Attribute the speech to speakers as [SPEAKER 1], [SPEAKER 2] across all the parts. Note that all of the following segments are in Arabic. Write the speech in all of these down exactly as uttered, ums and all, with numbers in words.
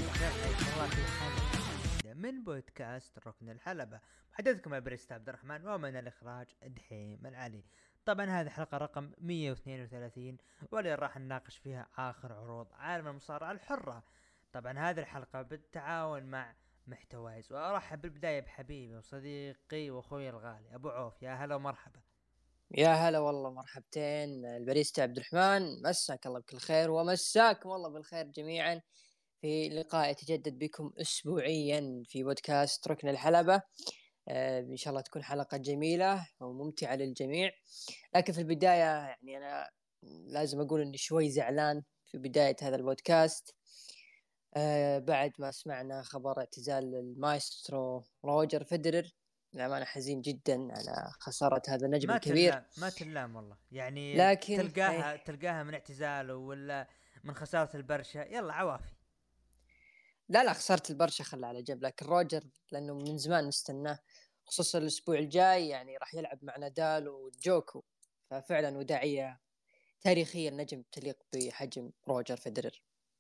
[SPEAKER 1] خير، حياكم الله في حلقة من بودكاست ركن الحلبة. محدثكم البريست عبد الرحمن، ومن الإخراج دحيم العلي. طبعا هذه حلقة رقم مية واثنين وثلاثين، واللي راح نناقش فيها آخر عروض عالم المصارعة الحرة. طبعا هذه الحلقة بالتعاون مع محتوايز، وأرحب بالبداية بحبيبي وصديقي وأخوي الغالي أبو عوف. يا هلا ومرحبا.
[SPEAKER 2] يا هلا والله، مرحبتين الباريستا عبد الرحمن، مساك الله بكل خير ومساكم الله بالخير جميعا في لقاء يتجدد بكم أسبوعيا في بودكاست ركن الحلبة. آه إن شاء الله تكون حلقة جميلة وممتعة للجميع. لكن في البداية يعني أنا لازم أقول أني شوي زعلان في بداية هذا البودكاست، آه بعد ما سمعنا خبر اعتزال المايسترو روجر فيدرر. للأمانة حزين جدا على خسارة هذا النجم
[SPEAKER 1] ما
[SPEAKER 2] الكبير.
[SPEAKER 1] تلام ما تلام والله، يعني
[SPEAKER 2] لكن هي
[SPEAKER 1] تلقاها تلقاها من اعتزاله ولا من خسارة البرشا، يلا عوافي.
[SPEAKER 2] لا لا خسرت البرشا خلى على جنب، لكن روجر لأنه من زمان نستناه، خصوصا الأسبوع الجاي يعني راح يلعب مع نادال وجوكو، ففعلا وداعية تاريخية النجم تليق بحجم روجر فيدرر.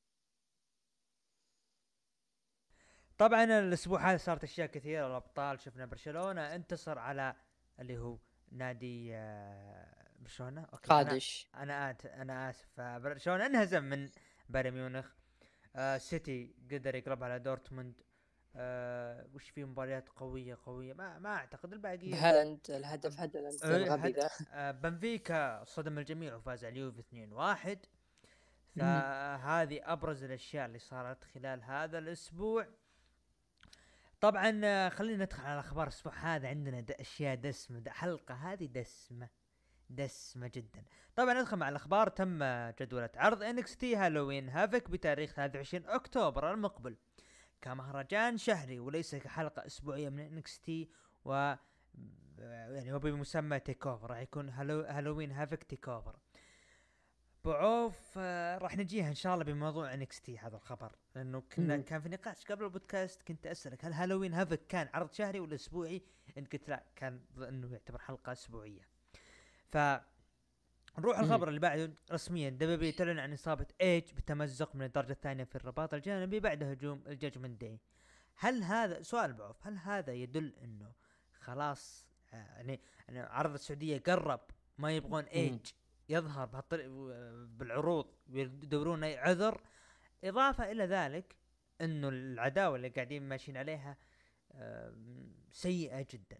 [SPEAKER 1] طبعا الاسبوع هذا صارت اشياء كثيره، الابطال شفنا برشلونه انتصر على اللي هو نادي آه، برشلونه. اوكي انا
[SPEAKER 2] قادش.
[SPEAKER 1] انا آت انا اسف. آه، برشلونه انهزم من بايرن ميونخ. آه سيتي قدر يقلب على دورتموند. آه وش في مباريات قويه قويه، ما ما اعتقد الباقيين.
[SPEAKER 2] بهالاند الهدف هالاند
[SPEAKER 1] آه
[SPEAKER 2] الغبي
[SPEAKER 1] هد...
[SPEAKER 2] ذا.
[SPEAKER 1] آه بنفيكا صدم الجميع وفاز على اليوفي اثنين واحد.
[SPEAKER 2] مم.
[SPEAKER 1] فهذه ابرز الاشياء اللي صارت خلال هذا الاسبوع. طبعا آه، خلينا ندخل على اخبار الاسبوع هذا. عندنا د- اشياء دسمه، د- حلقه هذه دسمه دسمه جدا. طبعا ندخل مع الاخبار. تم جدولة عرض انكس تي هالوين هافك بتاريخ ثلاثة وعشرين اكتوبر المقبل كمهرجان شهري وليس كحلقه اسبوعيه من انكس تي، و يعني وبمسمى تيك اوفر. راح يكون هالو... هالوين هافك تيك اوفر. بعوف آه، راح نجيها ان شاء الله بموضوع انكس تي هذا الخبر، لانه كنا
[SPEAKER 2] مم.
[SPEAKER 1] كان في نقاش قبل البودكاست. كنت اسالك هل هالوين هافك كان عرض شهري ولا اسبوعي؟ انت قلت لا، كان انه يعتبر حلقه اسبوعيه. ف نروح
[SPEAKER 2] مم.
[SPEAKER 1] الخبر اللي بعده. رسميا دبليو تعلن عن اصابه ايج بتمزق من الدرجه الثانيه في الرباط الجانبي بعد هجوم الجاجمنت داي. هل هذا سؤال بعوف؟ هل هذا يدل انه خلاص آه، يعني يعني عرض السعوديه قرب، ما يبغون ايج
[SPEAKER 2] مم.
[SPEAKER 1] يظهر بهالطريق بالعروض، يدورون اي عذر؟ اضافه الى ذلك انه العداوه اللي قاعدين ماشيين عليها آه، سيئه جدا.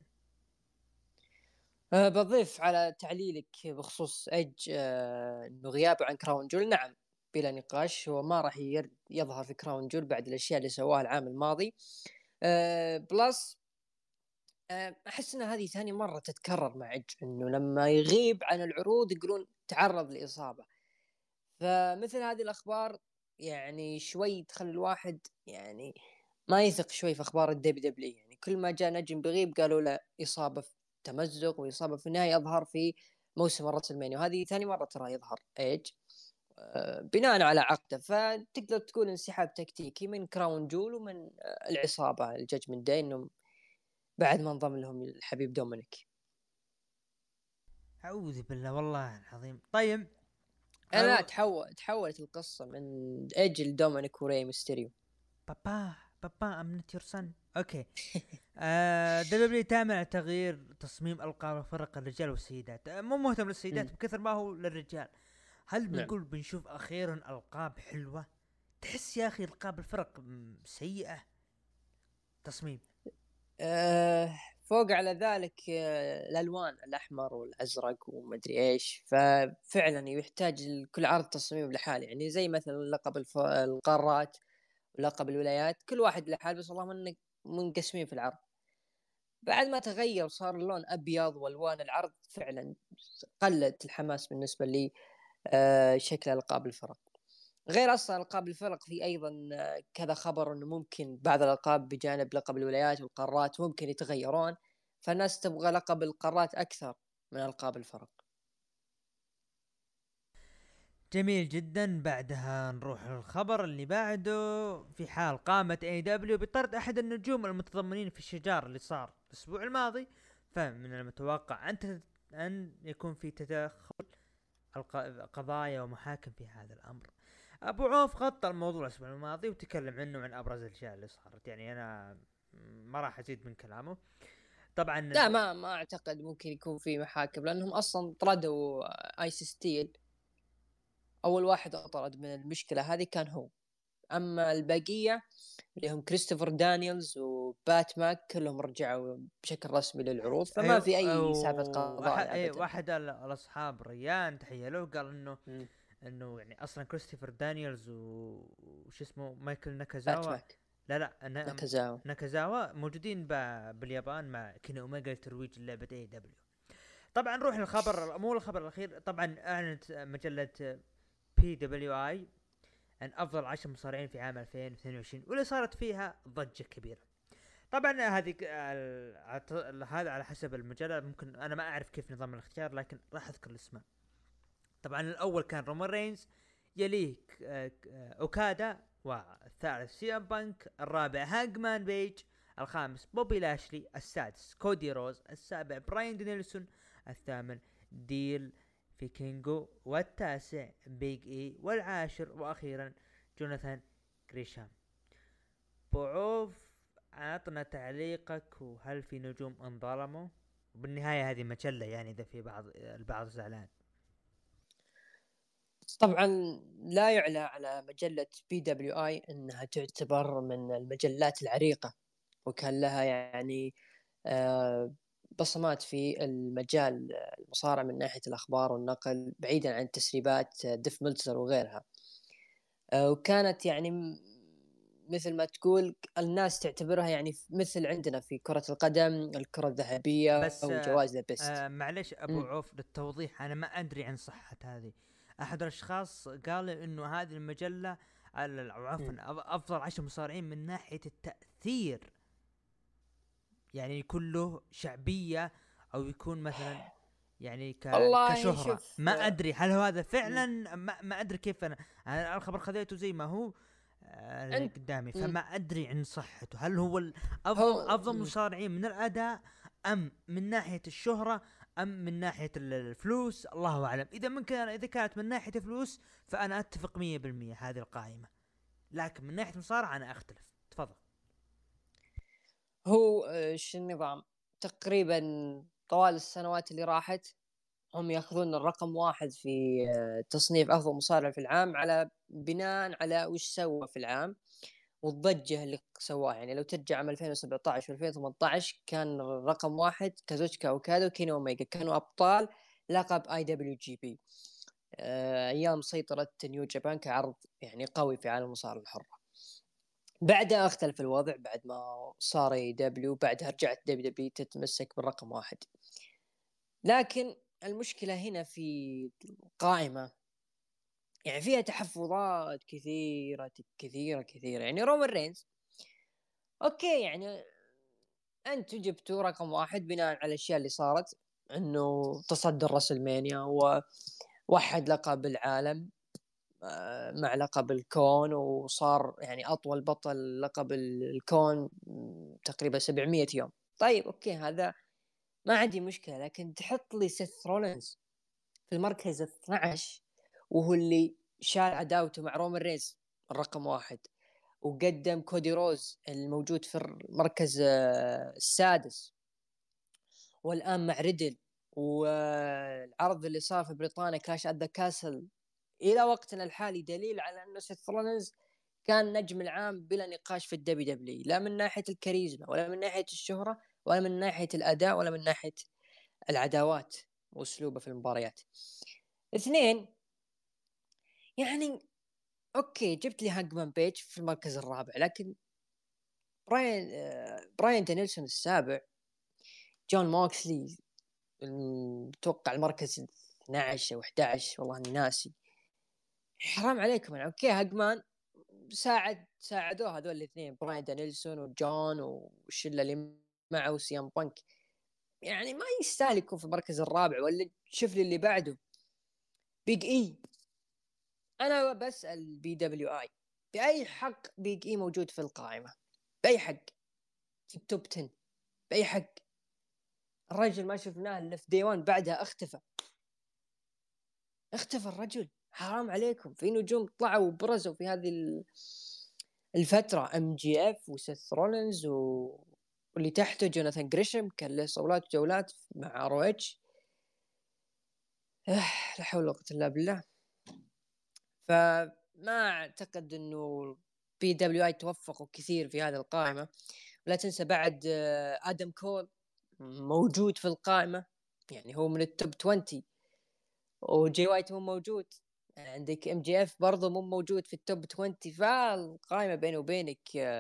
[SPEAKER 2] أه بضيف على تعليلك بخصوص ايج، أه انه غيابه عن كراون جول، نعم بلا نقاش هو ما راح ير- يظهر في كراون جول بعد الاشياء اللي سواها العام الماضي. أه بلس أه احس ان هذه ثاني مره تتكرر مع ايج، انه لما يغيب عن العروض يقولون تعرض لاصابه. فمثل هذه الاخبار يعني شوي تخلي الواحد يعني ما يثق شوي في اخبار الدبليو دبليو. يعني كل ما جاء نجم بغيب قالوا له اصابه في تمزق واصابه في النهايه يظهر في موسم الرسلمانيا، وهذه ثاني مره ترى يظهر ايج آه، بناء على عقده. فتقدر تقول انسحاب تكتيكي من كراون جول ومن آه، العصابه الجاجمنت داي، انهم بعد ما انضم لهم الحبيب دومينيك.
[SPEAKER 1] اعوذ بالله والله العظيم. طيب
[SPEAKER 2] انا لا
[SPEAKER 1] أنا
[SPEAKER 2] تحول تحولت القصه من ايج لدومينيك وري ميستيريو.
[SPEAKER 1] بابا بابا ام نوت يور سن. اوكي. آه دبليو تعمل على تغيير تصميم القاب فرق الرجال والسيدات. آه مو مهتم للسيدات بكثر ما هو للرجال. هل
[SPEAKER 2] نعم.
[SPEAKER 1] بنقول بنشوف اخيرا القاب حلوه؟ تحس يا اخي القاب الفرق م- سيئه تصميم.
[SPEAKER 2] أه فوق على ذلك أه الالوان الاحمر والازرق ومدري ايش، ففعلا يحتاج كل عرض تصميم لحاله. يعني زي مثلا لقب الف... القارات ولقب الولايات، كل واحد لحاله، بس اللهم انك منقسمين في العرض. بعد ما تغير صار اللون ابيض والوان العرض، فعلا قلت الحماس بالنسبه لي. أه شكل القاب الفرق غير اصلا القاب الفرق، في ايضا آه، كذا خبر انه ممكن بعض الالقاب بجانب لقب الولايات والقارات ممكن يتغيرون، فالناس تبغى لقب القارات اكثر من القاب الفرق.
[SPEAKER 1] جميل جدا. بعدها نروح للخبر اللي بعده. في حال قامت اي دبليو بطرد احد النجوم المتضمنين في الشجار اللي صار الاسبوع الماضي، فمن المتوقع ان تت... ان يكون في تدخل القضايا ومحاكم في هذا الامر. ابو عوف غطى الموضوع الاسبوع الماضي وتكلم عنه عن ابرز الاشياء اللي صارت، يعني انا ما راح ازيد من كلامه. طبعا
[SPEAKER 2] لا،
[SPEAKER 1] الب...
[SPEAKER 2] ما ما اعتقد ممكن يكون في محاكم، لانهم اصلا طردوا ايس ستيل. اول واحد طرد من المشكله هذه كان هو. اما البقيه اللي هم كريستوفر دانييلز وبات ماك كلهم رجعوا بشكل رسمي للعروض، فما في
[SPEAKER 1] ايوه
[SPEAKER 2] اي سالفه
[SPEAKER 1] واحد
[SPEAKER 2] قضايا
[SPEAKER 1] اي
[SPEAKER 2] ابدا.
[SPEAKER 1] واحد ال- الاصحاب ريان تحيه له قال انه
[SPEAKER 2] مم.
[SPEAKER 1] انه يعني اصلا كريستوفر دانييلز و- وش اسمه مايكل
[SPEAKER 2] بات
[SPEAKER 1] ناكازاوا.
[SPEAKER 2] ماك.
[SPEAKER 1] لا لا أنا
[SPEAKER 2] ناكازاوا.
[SPEAKER 1] ناكازاوا موجودين ب- باليابان مع كيني اوميجا لترويج لعبه اي دبليو. طبعا نروح للخبر، مو الخبر الاخير، طبعا اعلنت مجله بي دبليو اي عن افضل عشر مصارعين في عام ألفين واثنين وعشرين، واللي صارت فيها ضجه كبيره. طبعا هذه ك- ال- عط- هذا على حسب المجله، ممكن انا ما اعرف كيف نظام الاختيار لكن راح اذكر الاسماء. طبعا الاول كان رومان رينز، يليه ك- آه، ك- آه، اوكادا، والثالث سي ام بانك، الرابع هاجمان بيج، الخامس بوبي لاشلي، السادس كودي روز، السابع براين دينيلسون، الثامن ديل فيكينجو، والتاسع بيج اي، والعاشر واخيرا جوناثان جريشام. بعوف، عطنا تعليقك، وهل في نجوم انظلموا؟ وبالنهاية هذه مجلة، يعني اذا في بعض البعض زعلان.
[SPEAKER 2] طبعا لا يعلى على مجله بي دبليو اي انها تعتبر من المجلات العريقه، وكان لها يعني آه، بصمات في المجال المصارع من ناحية الأخبار والنقل، بعيدا عن تسريبات ديف ملتزر وغيرها. آه، وكانت يعني م- مثل ما تقول الناس تعتبرها يعني مثل عندنا في كرة القدم الكرة الذهبية
[SPEAKER 1] بس آه
[SPEAKER 2] وجوائز ذا بيست.
[SPEAKER 1] آه معلش ابو عوف للتوضيح، انا ما ادري عن صحة هذه. احد الاشخاص قال انه هذه المجلة ال- او عفوا أف- افضل عشر مصارعين من ناحية التأثير، يعني يكون له شعبية او يكون مثلا يعني ك...
[SPEAKER 2] والله
[SPEAKER 1] كشهرة.
[SPEAKER 2] شوف.
[SPEAKER 1] ما ادري هل هو هذا فعلا، ما, ما ادري كيف. انا انا الخبر خذيته زي ما هو آه
[SPEAKER 2] انت
[SPEAKER 1] قدامي، فما ادري عن صحته. هل هو الافضل
[SPEAKER 2] هو
[SPEAKER 1] افضل مصارعين من الاداء، ام من ناحية الشهرة، ام من ناحية ال- الفلوس؟ الله اعلم. اذا من كان اذا كانت من ناحية الفلوس فانا اتفق مية بالمية هذه القائمة، لكن من ناحية مصارعة انا اختلف. تفضل.
[SPEAKER 2] هو آه، شو النظام تقريبا طوال السنوات اللي راحت هم ياخذون الرقم واحد في آه، تصنيف افضل مصارع في العام على بناء على وش سوى في العام والضجه اللي سواها. يعني لو ترجع عام ألفين وسبعطعش و2018 كان رقم واحد كازوتشكا اوكادا وكيني اوميجا كانوا ابطال لقب اي دبليو جي بي ايام سيطره نيو جابان كعرض يعني قوي في عالم المصارعه الحره. بعدها اختلف الوضع بعد ما صار اي دبليو، بعدها رجعت دبليو دبليو تتمسك بالرقم واحد. لكن المشكله هنا في القائمه يعني فيها تحفظات كثيرة كثيرة كثيرة. يعني رومان رينز اوكي، يعني انتوا جبتوا رقم واحد بناء على الاشياء اللي صارت، انه تصدر راسلمانيا ووحد لقب العالم آه، مع لقب الكون، وصار يعني اطول بطل لقب الكون م، تقريبا سبعمية يوم. طيب اوكي، هذا ما عندي مشكلة، لكن تحط لي سيث رولينز في المركز اثنعش وهو اللي شال عداوته مع رومان رينز الرقم واحد، وقدم كودي روز الموجود في المركز آه، السادس، والآن مع ريدل، والعرض اللي صار في بريطانيا كلاش ات ذا كاسل إلى وقتنا الحالي دليل على أنه سيث رولينز كان نجم العام بلا نقاش في الدبي دبليو، لا من ناحية الكاريزما ولا من ناحية الشهرة ولا من ناحية الأداء ولا من ناحية العداوات وأسلوبه في المباريات. اثنين، يعني اوكي جبت لي هاجمان بيج في المركز الرابع، لكن براين آه براين دانيلسون السابع، جون موكسلي اتوقع المركز اثنعش او احدعش والله اني ناسي. حرام عليكم يعني. اوكي هاجمان ساعد ساعدوه هذول الاثنين براين دانيلسون وجون والشله اللي معه سيام بانك، يعني ما يستاهل يكون في المركز الرابع. ولا شوف لي اللي بعده بيج اي. انا بسال بي دبليو اي باي حق بيج اي موجود في القائمه؟ باي حق في التوب عشرة؟ باي حق؟ الرجل ما شفناه الا في ديوان بعدها اختفى. اختفى الرجل. حرام عليكم، في نجوم طلعوا وبرزوا في هذه الفترة، ام جي اف وسيث رولينز و... واللي تحته جوناثان جريشم كان له صولات وجولات مع ار اتش. لا حول ولا قوة الا بالله. فما اعتقد انه بي دبليو اي توفقوا كثير في هذه القائمة. ولا تنسى بعد ادم كول موجود في القائمة، يعني هو من التوب عشرين، وجي وايت مو موجود. عندك ام جي اف برضه مو موجود في التوب عشرين. فالقائمة بيني وبينك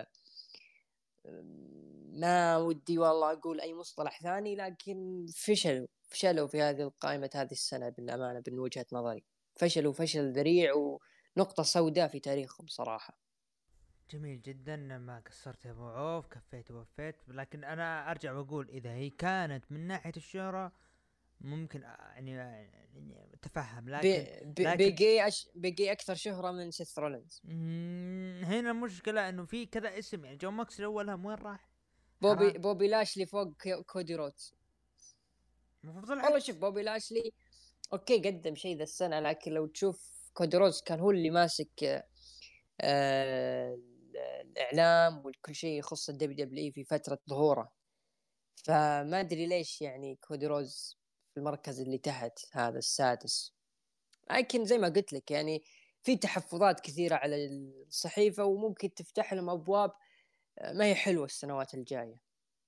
[SPEAKER 2] ما ودي والله اقول اي مصطلح ثاني، لكن فشلوا فشلوا في هذه القائمة هذه السنة بالأمانة، من وجهة نظري فشلوا فشل ذريع ونقطة سوداء في تاريخهم صراحة.
[SPEAKER 1] جميل جدا، ما قصرت يا ابو عوف، كفيت ووفيت. لكن انا ارجع واقول اذا هي كانت من ناحيه الشهره ممكن يعني يعني اتفهم، لكن لكن
[SPEAKER 2] بيجي أش... بيجي اكثر شهرة من سيث رولينز.
[SPEAKER 1] هنا المشكله انه في كذا اسم، يعني جون ماكس الاول وين راح؟
[SPEAKER 2] بوبي
[SPEAKER 1] حرام.
[SPEAKER 2] بوبي لاشلي فوق كودي رودز.
[SPEAKER 1] المفروض
[SPEAKER 2] والله شوف
[SPEAKER 1] العكس.
[SPEAKER 2] بوبي لاشلي اوكي قدم شيء ذا السنة، لكن لو تشوف كودي رودز كان هو اللي ماسك آه الاعلام وكل شيء يخص الدبليو دبليو اي في فترة ظهوره. فما ادري ليش يعني كودي روز في المركز اللي تحت هذا السادس. لكن زي ما قلت لك يعني في تحفظات كثيرة على الصحيفة، وممكن تفتح لهم ابواب ما هي حلوة السنوات الجاية.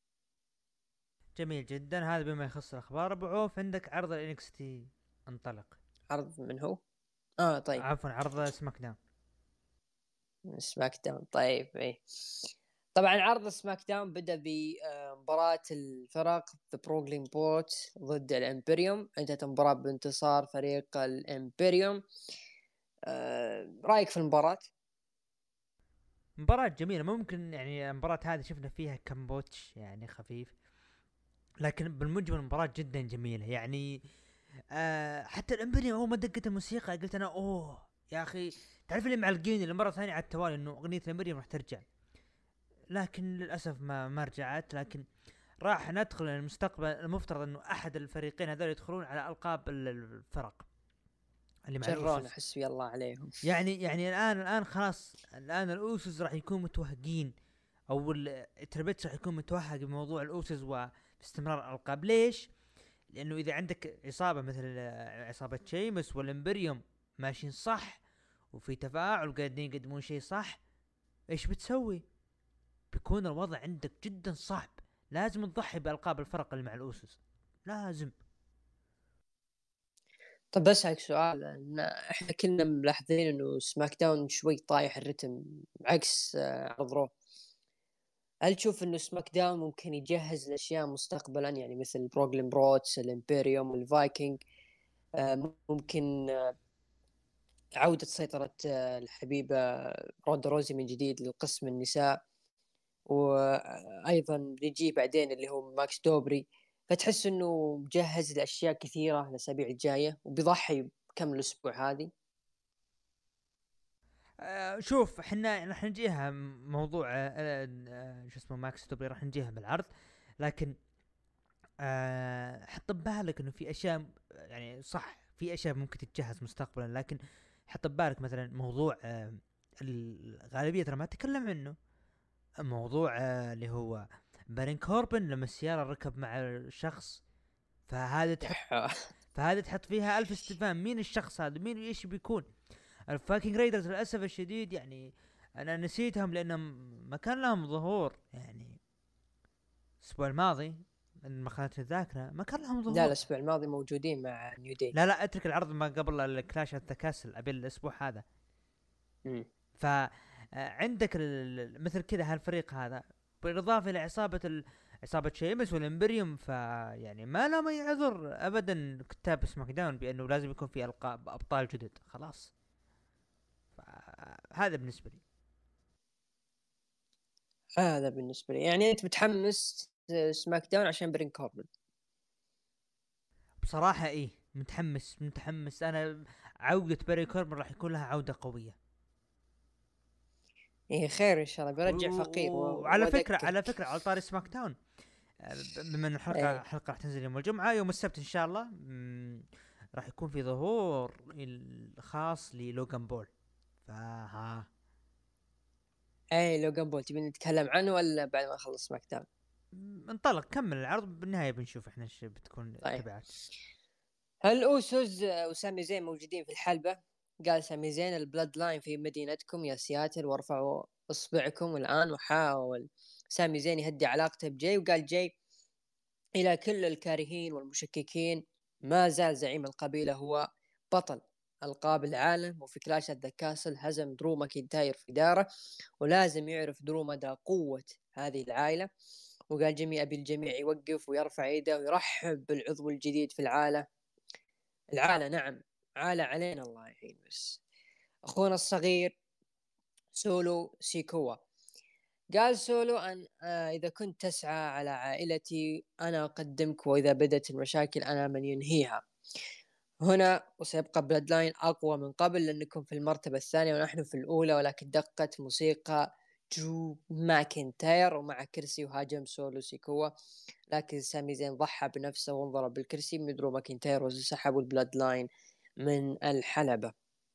[SPEAKER 1] جميل جدا، هذا بما يخص الاخبار. ابو عوف عندك عرض الانكس تي، انطلق.
[SPEAKER 2] عرض من هو؟ اه طيب،
[SPEAKER 1] عفوا، عرض سماك داون.
[SPEAKER 2] سماك داون. طيب ايه، طبعا عرض سماك داون بدأ بمباراة الفرق ذا بروغلين بوت ضد الامبريوم. انتهت المباراة بانتصار فريق الامبريوم. آه، رأيك في المباراة؟
[SPEAKER 1] مباراة جميلة، ممكن يعني المباراة هذه شفنا فيها كم بوتش يعني خفيف، لكن بالمجمل مباراة جدا جميلة يعني. آه حتى الامبريوم اول ما دقت الموسيقى قلت انا اوه يا اخي، تعرف اللي معلقين لمرة ثانية على التوالي انه اغنية الامبريوم راح ترجع، لكن للاسف ما ما رجعت. لكن راح ندخل المستقبل، المفترض انه احد الفريقين هذول يدخلون على القاب الفرق اللي مع
[SPEAKER 2] جرون
[SPEAKER 1] الاوسوس.
[SPEAKER 2] حسبي الله عليهم.
[SPEAKER 1] يعني يعني الان الان خلاص، الان الاوسوس راح يكون متوهقين، او التربيتس راح يكون متوهق بموضوع الاوسوس واستمرار الالقاب. ليش؟ لانه اذا عندك عصابه مثل عصابه شيمس والامبريوم ماشيين صح وفي تفاعل قاعدين يقدمون شيء صح، ايش بتسوي؟ بيكون الوضع عندك جدا صعب. لازم تضحي بالقاب الفرق اللي مع الاوسوس، لازم.
[SPEAKER 2] طب بسألك سؤال، إن احنا كنا ملاحظين انه سماك داون شوي طايح الرتم عكس آه، عرض رو. هل تشوف انه سماك داون ممكن يجهز الاشياء مستقبلا، يعني مثل بروغلين بروتس الامبيريوم والفايكنج؟ آه، ممكن آه، عودة سيطرة آه، الحبيبة روندا روزي من جديد للقسم النساء، وايضا بيجي بعدين اللي هو ماكس دوبري. فتحس انه مجهز لاشياء كثيره الاسابيع الجايه وبيضحي بكم الاسبوع هذه.
[SPEAKER 1] آه شوف، احنا راح نجيها موضوع آه آه شو اسمه ماكس توبي، راح نجيها بالعرض. لكن آه حط ببالك انه في اشياء، يعني صح في اشياء ممكن تتجهز مستقبلا، لكن حط ببالك مثلا موضوع آه الغالبيه ترى ما تكلم عنه، موضوع آه اللي هو بارين كوربن لما السياره ركب مع الشخص. فهذا تحط فهذا تحط فيها الف استفهام، مين الشخص هذا؟ مين ايش بيكون؟ الفاكينج رايدرز للاسف الشديد يعني انا نسيتهم لانهم ما كان لهم ظهور، يعني الاسبوع الماضي من ما خانت الذاكره ما كان لهم
[SPEAKER 2] لا
[SPEAKER 1] ظهور.
[SPEAKER 2] الاسبوع الماضي موجودين مع نيو دي.
[SPEAKER 1] لا لا اترك العرض ما قبل الكلاش ات كاسل، ابي الاسبوع هذا.
[SPEAKER 2] مم.
[SPEAKER 1] ف عندك مثل كذا هالفريق هذا، بالاضافه الى عصابه ال... عصابه شيمس والامبريوم، فيعني ما لهم اي عذر ابدا كتاب سماك داون بانه لازم يكون في القاب ابطال جدد. خلاص، هذا بالنسبه لي.
[SPEAKER 2] هذا بالنسبه لي، يعني انت متحمس سماك داون عشان برين كوربن؟
[SPEAKER 1] بصراحة ايه، متحمس متحمس انا. عودة باري كوربن راح يكون لها عودة قوية.
[SPEAKER 2] ايه خير ان شاء الله، بيرجع فقير
[SPEAKER 1] وعلى فكرة على
[SPEAKER 2] ودكك.
[SPEAKER 1] فكرة على طاري سماك داون، بما ان الحلقة
[SPEAKER 2] ايه
[SPEAKER 1] حلقة راح تنزل يوم الجمعة، يوم السبت ان شاء الله راح يكون في ظهور الخاص للوغان بول. فها
[SPEAKER 2] اي لوغان بول تبي نتكلم عنه ولا بعد ما اخلص سماك داون؟
[SPEAKER 1] انطلق كمل العرض، بالنهايه بنشوف احنا ايش بتكون
[SPEAKER 2] طيب،
[SPEAKER 1] تبعات.
[SPEAKER 2] هل اوسوس وسامي زين موجودين في الحلبة؟ قال سامي زين البلاد لاين في مدينتكم يا سياتل، وارفعوا اصبعكم الان. وحاول سامي زين يهدي علاقته بجاي، وقال جاي الى كل الكارهين والمشككين ما زال زعيم القبيلة هو بطل القاب العالم، وفي كلاش ذا كاسل هزم درو ماكنتاير في داره، ولازم يعرف درو مدى قوة هذه العائلة. وقال جميع أبي الجميع يوقف ويرفع يده ويرحب بالعضو الجديد في العالة. العالة نعم، عالة علينا الله يعين. بس أخونا الصغير سولو سيكوا قال سولو أن آه إذا كنت تسعى على عائلتي أنا أقدمك، وإذا بدت المشاكل أنا من ينهيها هنا، وسيبقى بلاد لاين أقوى من قبل لأنكم في المرتبة الثانية ونحن في الأولى. ولكن دقت موسيقى جو ماكنتاير ومع كرسي وهاجم سولو سيكوا، لكن سامي زين ضحى بنفسه وانضرب بالكرسي من درو ماكنتاير وسحبوا البلاد لاين من الحلبة.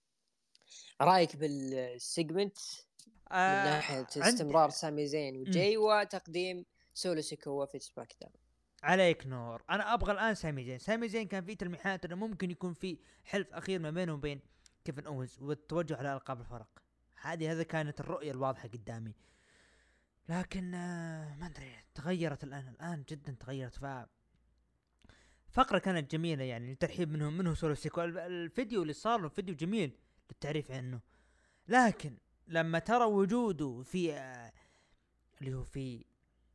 [SPEAKER 2] رأيك بالسيجمنت من ناحية
[SPEAKER 1] آه عند
[SPEAKER 2] استمرار سامي زين
[SPEAKER 1] مم.
[SPEAKER 2] وجاي وتقديم سولو سيكوا في سماك داون؟
[SPEAKER 1] عليك نور. انا ابغى الان سامي زين. سامي زين كان في تلميحات انه ممكن يكون في حلف اخير ما بينه وبين كيفن اوز والتوجه على القاب الفرق. هذه هذا كانت الرؤيه الواضحه قدامي، لكن آه ما ادري تغيرت الان الان جدا تغيرت. ف فقره كانت جميله يعني الترحيب منهم منه سولو سيكو. الفيديو اللي صار له فيديو جميل للتعريف عنه، لكن لما ترى وجوده في آه اللي هو في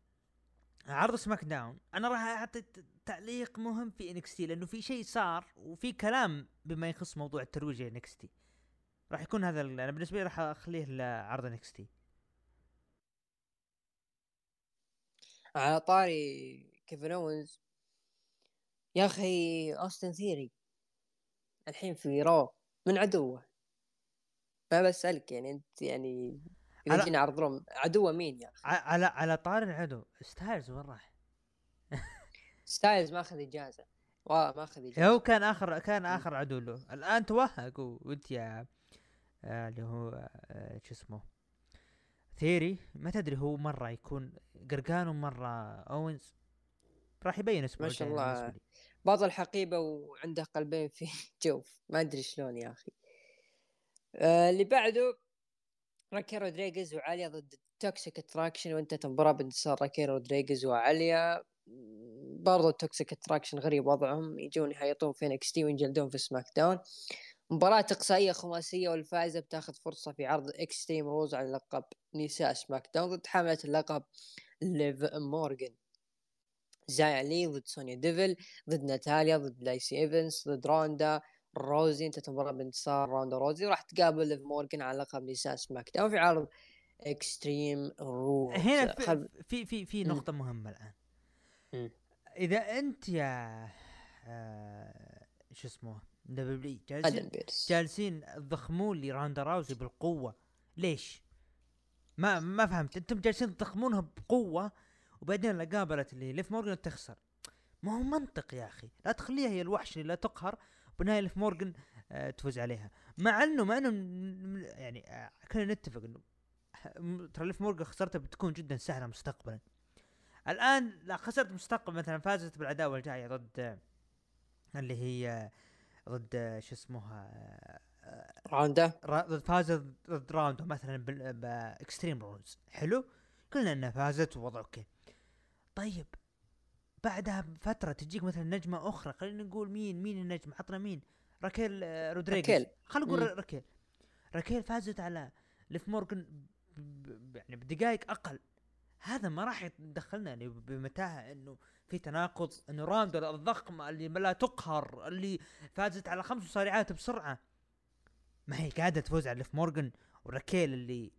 [SPEAKER 1] عرض سماك داون، انا راح اعطي تعليق مهم في انكستي لانه في شيء صار وفي كلام بما يخص موضوع الترويج انكستي. راح يكون هذا انا بالنسبه لي راح اخليه لعرض انكستي.
[SPEAKER 2] على طاري كيفن أوينز يا أخي، أوستن ثيري الحين في رو من عدوه. ما بسألك يعني أنت يعني إذا
[SPEAKER 1] على
[SPEAKER 2] جينا عرض روم عدوه مين يا أخي؟
[SPEAKER 1] على على طار العدو ستايلز وين راح؟
[SPEAKER 2] ستايلز ما أخذ إجازة، والله ما أخذ
[SPEAKER 1] هو
[SPEAKER 2] إجازة.
[SPEAKER 1] كان اخر كان اخر عدو له، الان توهق وانت يا آه، اللي هو آه، شو اسمه ثيري. ما تدري هو مره يكون قرقان ومره اوينز. راح يبين الاسبوع
[SPEAKER 2] ما شاء
[SPEAKER 1] الجاي انا بالنسبه
[SPEAKER 2] الله
[SPEAKER 1] لي.
[SPEAKER 2] بطل حقيبة وعنده قلبين في جوف، ما أدري شلون يا أخي. آه اللي بعده راكي رودريغيز وعاليا ضد توكسيك اتراكشن، وانت مباراة بانتصار راكي رودريغيز وعاليا. برضو توكسيك اتراكشن غريب وضعهم، يجون يهيطون في انكس تي وينجلدون في سماك داون. مباراة إقصائية خماسية، والفائزة بتاخذ فرصة في عرض اكستريم روز على لقب نساء سماك داون ضد حاملة اللقب ليف مورغان. زايا لي ضد سونيا ديفل، ضد ناتاليا، ضد لايسي ايفنس، ضد روندا روزي. انت تمر بانتصار روندا روزي، راح تقابل ليف مورغان على لقب نساء سماك داون في عرض اكستريم رولز.
[SPEAKER 1] هنا في
[SPEAKER 2] خل...
[SPEAKER 1] في في, في
[SPEAKER 2] م.
[SPEAKER 1] نقطه مهمه الان.
[SPEAKER 2] م.
[SPEAKER 1] اذا انت يا آه شو اسمه دبليو
[SPEAKER 2] ادم
[SPEAKER 1] جالسين
[SPEAKER 2] بيرس
[SPEAKER 1] جالسين تضخمون لي راندا راوزي بالقوه، ليش؟ ما ما فهمت. انتم جالسين تضخمونها بقوه وبعدين لا قابلت اللي ليف مورجان تخسر. ما هو منطق يا اخي، لا تخليها هي الوحش اللي لا تقهر وبنهايه ليف مورجان آه تفوز عليها. مع انه مع انه يعني آه كنا نتفق انه ترى ليف مورجان خسرتها بتكون جدا سهله مستقبلا. الان لا خسرت مستقبل مثلا فازت بالعداوه الجايه ضد اللي هي ضد شو اسمها
[SPEAKER 2] روندا.
[SPEAKER 1] ضد فازت ضد راوند مثلا باكستريم رولز. حلو، قلنا انها فازت ووضع اوكي. طيب بعدها بفتره تجيك مثلا نجمه اخرى، خلينا نقول مين مين النجمه حطنا مين؟ راكيل رودريغيز.
[SPEAKER 2] راكيل.
[SPEAKER 1] خلينا نقول راكيل. راكيل فازت على ليف مورغان يعني بدقائق اقل. هذا ما راح يدخلنا يعني بمتاهه انه في تناقض، انه راندا الضخمه اللي لا تقهر اللي فازت على خمس مصارعات بسرعه ما هي قاعده تفوز على ليف مورغان، وراكيل اللي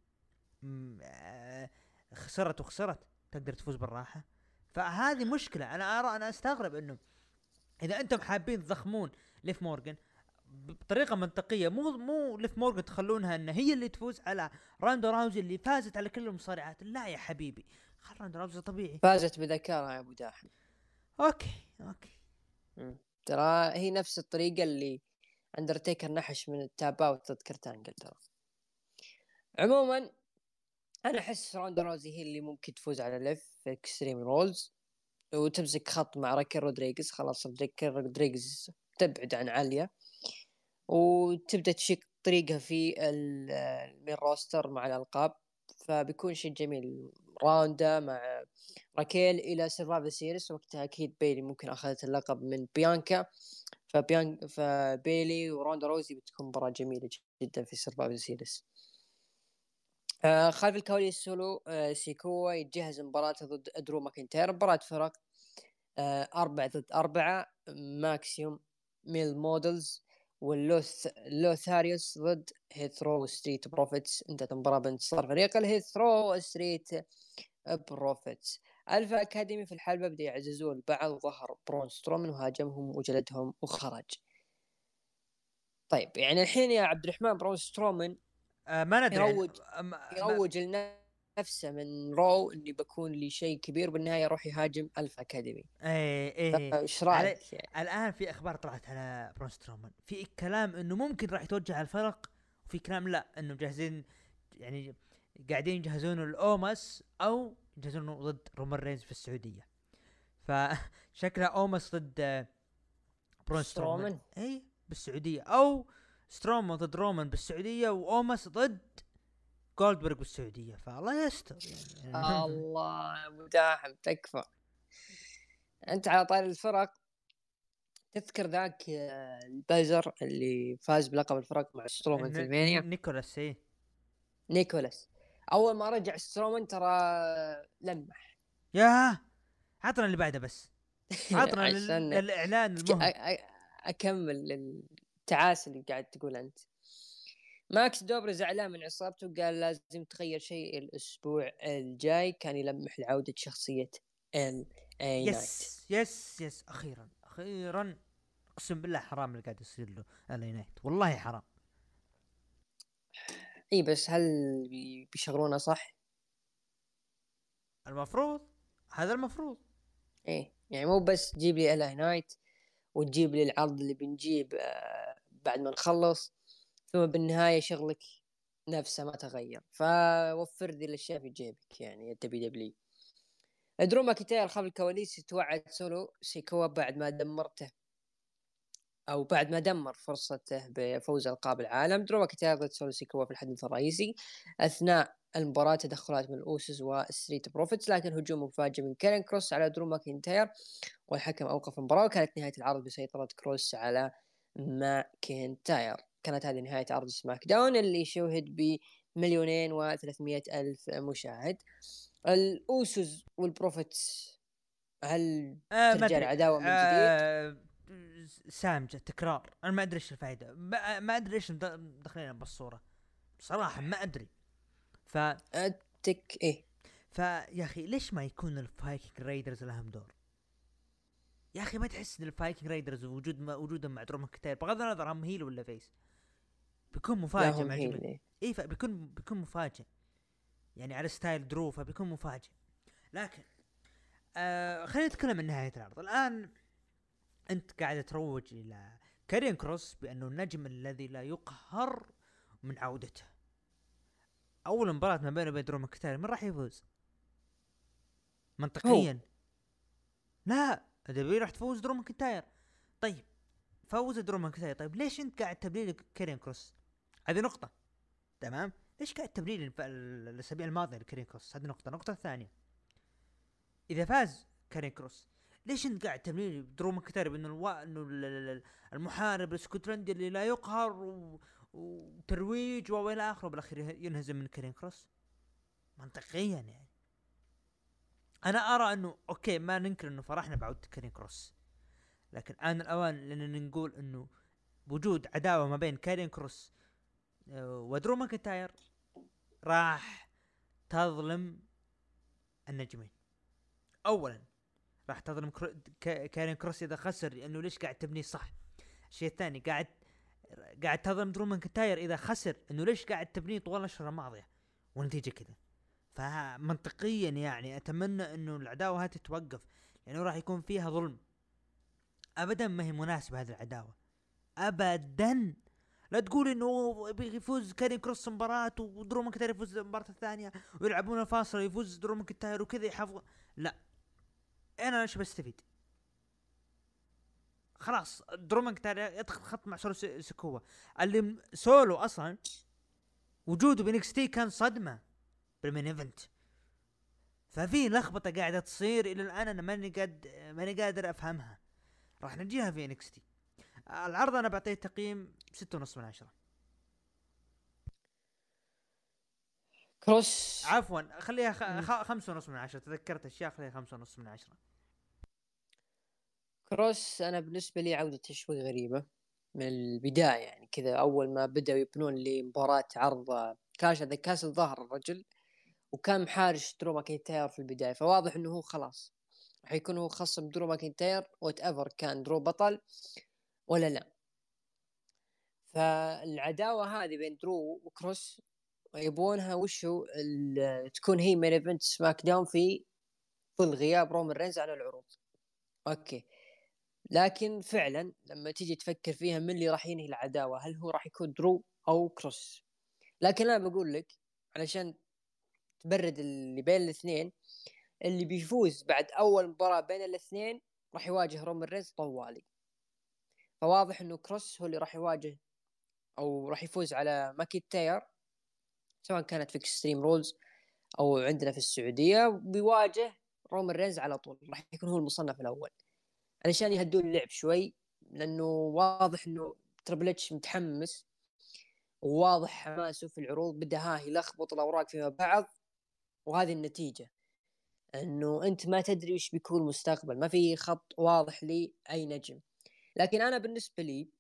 [SPEAKER 1] آه خسرت وخسرت تقدر تفوز بالراحه. فهذه مشكله. انا ارى انا استغرب انه اذا انتم حابين تضخمون ليف مورغان بطريقه منطقيه، مو مو ليف مورغان تخلونها ان هي اللي تفوز على راندا راوزي اللي فازت على كل المصارعات. لا يا حبيبي، خل راندا راوزي طبيعي.
[SPEAKER 2] فازت بذكرها يا ابو داحم.
[SPEAKER 1] اوكي اوكي
[SPEAKER 2] م. ترى هي نفس الطريقة اللي اندرتيكر نحش من التاب اوت ضد كرت انجل. ترى عموما انا احس روندا روزي هي اللي ممكن تفوز على ليف في اكستريم رولز وتمسك خط مع راكيل رودريغيز. خلاص راكيل رودريغيز تبعد عن عالية وتبدأ تشيك طريقها في المين روستر مع الألقاب، فبيكون شيء جميل. روندا مع راكيل إلى سيرفايفر سيريس، وقتها أكيد بيلي ممكن أخذت اللقب من بيانكا، فبيان فبيلي وروندا روزي بتكون مباراة جميلة جدا في سيرفايفر سيريس. آه خلف الكواليس سولو آه سيكوا يتجهز مباراته ضد درو ماكنتاير، مباراة فرق آه أربعة ضد أربعة، ماكسيوم ميل مودلز واللوث لوثاريوس ضد هيثرو ستريت بروفيتس. انتهت المباراة بانتصار فريق الهيثرو ستريت بروفيتس. الفا اكاديمي في الحلبة بدأ يعززون البعض، وظهر برون سترومن وهاجمهم وجلدهم وخرج. طيب يعني الحين يا عبد الرحمن برون سترومن
[SPEAKER 1] آه ما ندري
[SPEAKER 2] يروج
[SPEAKER 1] يعني
[SPEAKER 2] يروج لنفسه من رو اني بكون لي شيء كبير، بالنهايه يروح يهاجم الفا اكاديمي.
[SPEAKER 1] ايه ايه
[SPEAKER 2] ايش
[SPEAKER 1] علي
[SPEAKER 2] رايك يعني؟
[SPEAKER 1] الان في اخبار طلعت على برون سترومان، في كلام انه ممكن راح يتوجه على الفرق، وفي كلام لا انه جاهزين، يعني قاعدين يجهزون الاومس او يجهزونه ضد رومان رينز في السعوديه. فشكلها اومس ضد برون سترومان
[SPEAKER 2] سترومان
[SPEAKER 1] اي بالسعوديه، او سترومان ضد رومان بالسعوديه، واومس ضد جولدبرغ بالسعوديه. فالله يستر يعني.
[SPEAKER 2] الله مداحم تكفى. انت على طاري الفرق، تذكر ذاك البازر اللي فاز بلقب الفرق مع سترومان في المانيا؟
[SPEAKER 1] نيكولاس ايه
[SPEAKER 2] نيكولاس. اول ما رجع سترومان ترى لمح.
[SPEAKER 1] ياه، عطنا اللي بعده بس، عطنا
[SPEAKER 2] عشان
[SPEAKER 1] الاعلان المهم.
[SPEAKER 2] اكمل التعاسه اللي قاعد تقول انت. ماكس دوبر زعلان من عصابته، قال لازم تغير شيء الاسبوع الجاي، كان يلمح لعوده شخصيه ال اي نايت.
[SPEAKER 1] يس يس يس اخيرا اخيرا، اقسم بالله حرام اللي قاعد يصير له ال نايت، والله حرام.
[SPEAKER 2] اي بس هل بيشغلونه صح؟
[SPEAKER 1] المفروض هذا المفروض.
[SPEAKER 2] ايه يعني مو بس تجيب لي ال نايت وتجيب لي العرض اللي بنجيب آه بعد ما نخلص، ثم بالنهايه شغلك نفسه ما تغير. فوفر ذي الاشياء في جيبك يعني الدبليو دبليو. درو ماكنتاير خلف الكواليس توعد سولو سيكوا بعد ما دمرته او بعد ما دمر فرصته بفوز القاب العالم. درو ماكنتاير ضد سولو سيكوا في الحدث الرئيسي. اثناء المباراة تدخلات من الاوسس والستريت بروفيتس، لكن هجوم مفاجئ من كارين كروس على درو ماكنتاير والحكم اوقف المباراة، وكانت نهاية العرض بسيطرة كروس على ماكنتاير. كانت هذه نهاية عرض سماك داون اللي شوهد بمليونين وثلاثمية ألف مشاهد. الأوسوس والبروفيتس، هل
[SPEAKER 1] آه ما
[SPEAKER 2] ترجع
[SPEAKER 1] ادري
[SPEAKER 2] العداوة من جديد؟
[SPEAKER 1] آه سامجة تكرار، انا ما ادري ايش الفائده، ما, ما ادري ايش دخلنا بالصوره صراحه، ما ادري. ف
[SPEAKER 2] اتك ايه
[SPEAKER 1] فيا اخي ليش ما يكون الفايكنج رايدرز لهم دور؟ يا اخي ما تحس ان الفايكنج رايدرز وجود ما وجودهم مع دروم كتير بغض النظر هم هيل ولا فيس بيكون مفاجئ
[SPEAKER 2] لهم
[SPEAKER 1] مع الجميع.
[SPEAKER 2] هيل.
[SPEAKER 1] اي بيكون بيكون مفاجئ يعني على ستايل درو، فبيكون مفاجئ. لكن آه خلينا نتكلم عن نهاية العرض الآن. أنت قاعد تروج إلى كارين كروس بأنه النجم الذي لا يقهر من عودته. أول مباراة ما بينه وبين درو ماكنتاير من راح يفوز منطقيا؟
[SPEAKER 2] هو
[SPEAKER 1] لا، دبي راح تفوز درو ماكنتاير. طيب فوز درو ماكنتاير، طيب ليش أنت قاعد تبني كارين كروس؟ هذه نقطة. تمام، ليش قاعد تبني الأسابيع الماضية لكارين كروس؟ هذه نقطة. نقطة ثانية، إذا فاز كارين كروس ليش انت قاعد تبني درو ماكنتاير بانه الو... انه المحارب الاسكتلندي اللي لا يقهر و... وترويج والى اخره، بالاخير ينهزم من كارين كروس منطقيا يعني. انا ارى انه اوكي ما ننكر انه فرحنا بعودة كارين كروس، لكن آن الاوان لاننا نقول انه وجود عداوة ما بين كارين كروس ودرو ماكنتاير راح تظلم النجمين. اولا راح تظلم كرو... ك... كارين كروس اذا خسر، لانه ليش قاعد تبني صح. الشيء الثاني قاعد قاعد تظلم درو ماكنتاير اذا خسر، انه ليش قاعد تبنيه طوال الاشهر الماضيه ونتيجه كذا. فمنطقيا يعني اتمنى انه العداوه هذه تتوقف، لانه راح يكون فيها ظلم. ابدا ما هي مناسبه هذه العداوه ابدا. لا تقول انه بيفوز كاري كروس مباراة ودرو ماكنتاير يفوز المباراة الثانية ويلعبون الفاصل يفوز درو ماكنتاير وكذا يحافظ. لا انا ايش بستفيد؟ خلاص درو ماكنتاير يدخل خط مع سولو سيكوا اللي سولو اصلا وجوده بإنكس تي كان صدمة بالمين ايفنت. ففي لخبطة قاعدة تصير الى الان انا ماني قاد ماني قادر افهمها. راح نجيها في إنكس تي. العرض انا بعطيه تقييم ستة ونص من عشرة.
[SPEAKER 2] كروس
[SPEAKER 1] عفوا خليها خ... خ... خمسة ونص من عشرة. تذكرت اشياء خليها خمسة ونص من عشرة.
[SPEAKER 2] كروس انا بالنسبه لي عودته شوي غريبه من البدايه، يعني كذا اول ما بداوا يبنون لمباراه عرض كاش هذا كاس الظهر الرجل وكان محارش درو ماكنتاير في البدايه، فواضح انه هو خلاص راح يكون هو خصم درو ماكنتاير وات ايفر كان درو بطل ولا لا. فالعداوه هذه بين درو وكروس يبونها وشو تكون هي مين ايفنت سماك داون في ظل غياب رومان رينز على العروض. اوكي، لكن فعلا لما تيجي تفكر فيها من اللي راح ينهي العداوه، هل هو راح يكون درو او كروس؟ لكن انا بقول لك علشان تبرد اللي بين الاثنين، اللي بيفوز بعد اول مباراه بين الاثنين راح يواجه رومان رينز طوالي. فواضح انه كروس هو اللي راح يواجه او راح يفوز على ماكنتاير سواء كانت في اكستريم رولز او عندنا في السعوديه، بيواجه رومان رينز على طول، راح يكون هو المصنف الاول علشان يهدون اللعب شوي، لانه واضح انه تربل اتش متحمس وواضح حماسه في العروض، بدا ها يلخبط الاوراق فيما بعض، وهذه النتيجه انه انت ما تدري ايش بيكون المستقبل، ما في خط واضح لي اي نجم. لكن انا بالنسبه لي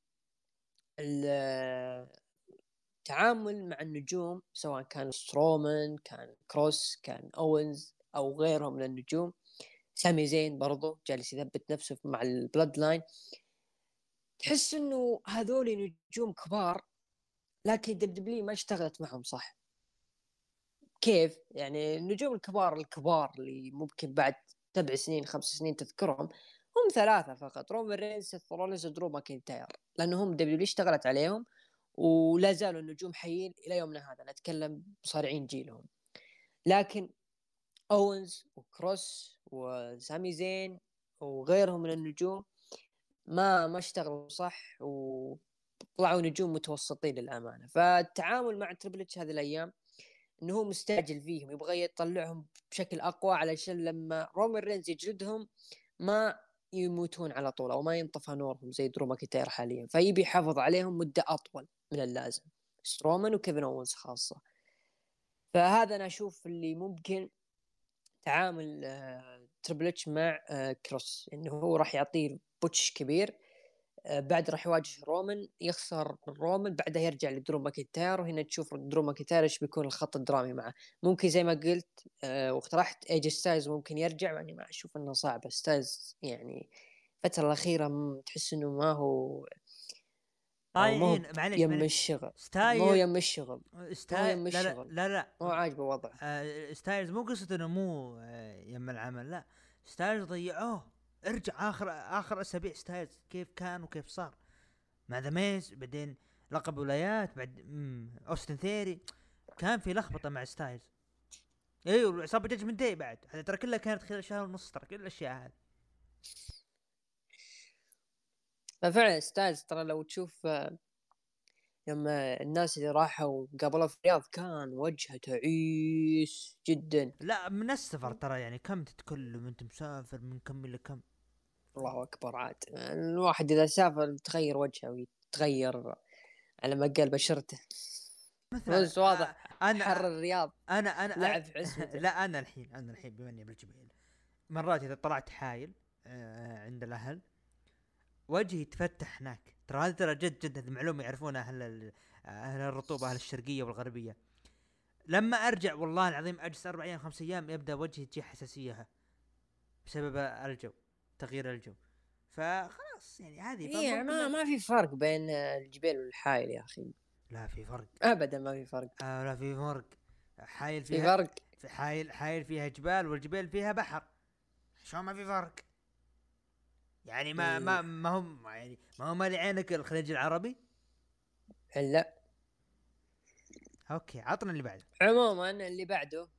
[SPEAKER 2] التعامل مع النجوم سواء كان سترومان كان كروس كان اوينز او غيرهم من النجوم، سامي زين برضو جالس يثبت نفسه مع البلاد لاين، تحس انه هذول نجوم كبار لكن دبدبلي ما اشتغلت معهم صح. كيف يعني النجوم الكبار الكبار اللي ممكن بعد سبع سنين خمس سنين تذكرهم هم ثلاثة فقط، رومان رينز سيث رولينز ودرو ماكنتاير، لأنهم دبليو اشتغلت عليهم ولا زالوا النجوم حيين إلى يومنا هذا، نتكلم مصارعين جيلهم. لكن أوينز وكروس وسامي زين وغيرهم من النجوم ما ما اشتغلوا صح وطلعوا نجوم متوسطين للأمانة. فالتعامل مع تريبل اتش هذه الأيام انه هو مستعجل فيهم، يبغى يطلعهم بشكل اقوى علشان لما رومان رينز يجلدهم ما يموتون على طول او ما ينطفى نورهم زي درو ماكنتاير حاليا، فيبي يحافظ عليهم مده اطول من اللازم، سترومان وكيفن اونز خاصه. فهذا انا اشوف اللي ممكن تعامل آه تريبل اتش مع آه كروس، انه هو راح يعطيه بوتش كبير، بعد راح يواجه رومان يخسر رومان بعدها يرجع لدرو ماكنتاير، وهنا تشوف درو ماكنتاير ايش بيكون الخط الدرامي معه. ممكن زي ما قلت آه واقترحت ايج ستايلز ممكن يرجع، يعني ما اشوف انه صعب. ستايلز يعني الفترة الأخيرة تحس انه ما هو او ما هو
[SPEAKER 1] طايعين معلش
[SPEAKER 2] يم
[SPEAKER 1] معلش
[SPEAKER 2] الشغل، ما هو
[SPEAKER 1] ستايل
[SPEAKER 2] يم الشغل ما هو
[SPEAKER 1] ستايل
[SPEAKER 2] يم
[SPEAKER 1] لا لا
[SPEAKER 2] الشغل
[SPEAKER 1] لا لا
[SPEAKER 2] ما هو عاجبه وضعه.
[SPEAKER 1] آه ستايلز مو قصة انه مو آه يم العمل، لا ستايلز ضيعوه. ارجع اخر اخر اسابيع ستايلز كيف كان وكيف صار مع ذا ميز، بعدين لقب ولايات، بعد اوستن ثيري، كان في لخبطة مع ستايلز. ايوه العصابة جاج من داي بعد هذا ترى كلها كانت خلال شهر ونص، ترى كل الاشياء هذه.
[SPEAKER 2] ففعلا ستايلز ترى لو تشوف لما الناس اللي راحوا قابلوا في الرياض كان وجهه تعيس جدا.
[SPEAKER 1] لا من السفر ترى يعني كم تتكلم انت مسافر من كم الى كم.
[SPEAKER 2] الله أكبر، عاد الواحد إذا سافر تغير وجهه ويتغير على ما قال بشرته.
[SPEAKER 1] مثلا
[SPEAKER 2] بس
[SPEAKER 1] آه
[SPEAKER 2] واضح
[SPEAKER 1] انا
[SPEAKER 2] حر الرياض
[SPEAKER 1] انا انا,
[SPEAKER 2] لعب
[SPEAKER 1] أنا
[SPEAKER 2] في عزمته.
[SPEAKER 1] لا انا الحين انا الحين بما اني بالجبيل مرات اذا طلعت حايل آه عند الاهل وجهي يتفتح هناك. ترى هذا ترى جد جد هذه معلومه يعرفونها اهل اهل الرطوبه اهل الشرقيه والغربيه. لما ارجع والله العظيم اجلس اربع ايام خمس ايام يبدا وجهي تجي حساسيه بسبب الجو، تغيير الجو. فخلاص يعني هذه
[SPEAKER 2] إيه
[SPEAKER 1] فممكن
[SPEAKER 2] ما
[SPEAKER 1] ن...
[SPEAKER 2] ما في فرق بين الجبال والحايل يا أخي،
[SPEAKER 1] لا في فرق.
[SPEAKER 2] أبدا ما في فرق.
[SPEAKER 1] آه لا في فرق. حايل
[SPEAKER 2] في
[SPEAKER 1] فيها
[SPEAKER 2] فرق.
[SPEAKER 1] في حايل حايل فيها جبال والجبال فيها بحر، شو ما في فرق يعني ما ما ما هم يعني ما هو مالي عينك الخليج العربي.
[SPEAKER 2] لا
[SPEAKER 1] اوكي عطنا اللي بعده.
[SPEAKER 2] عموما اللي بعده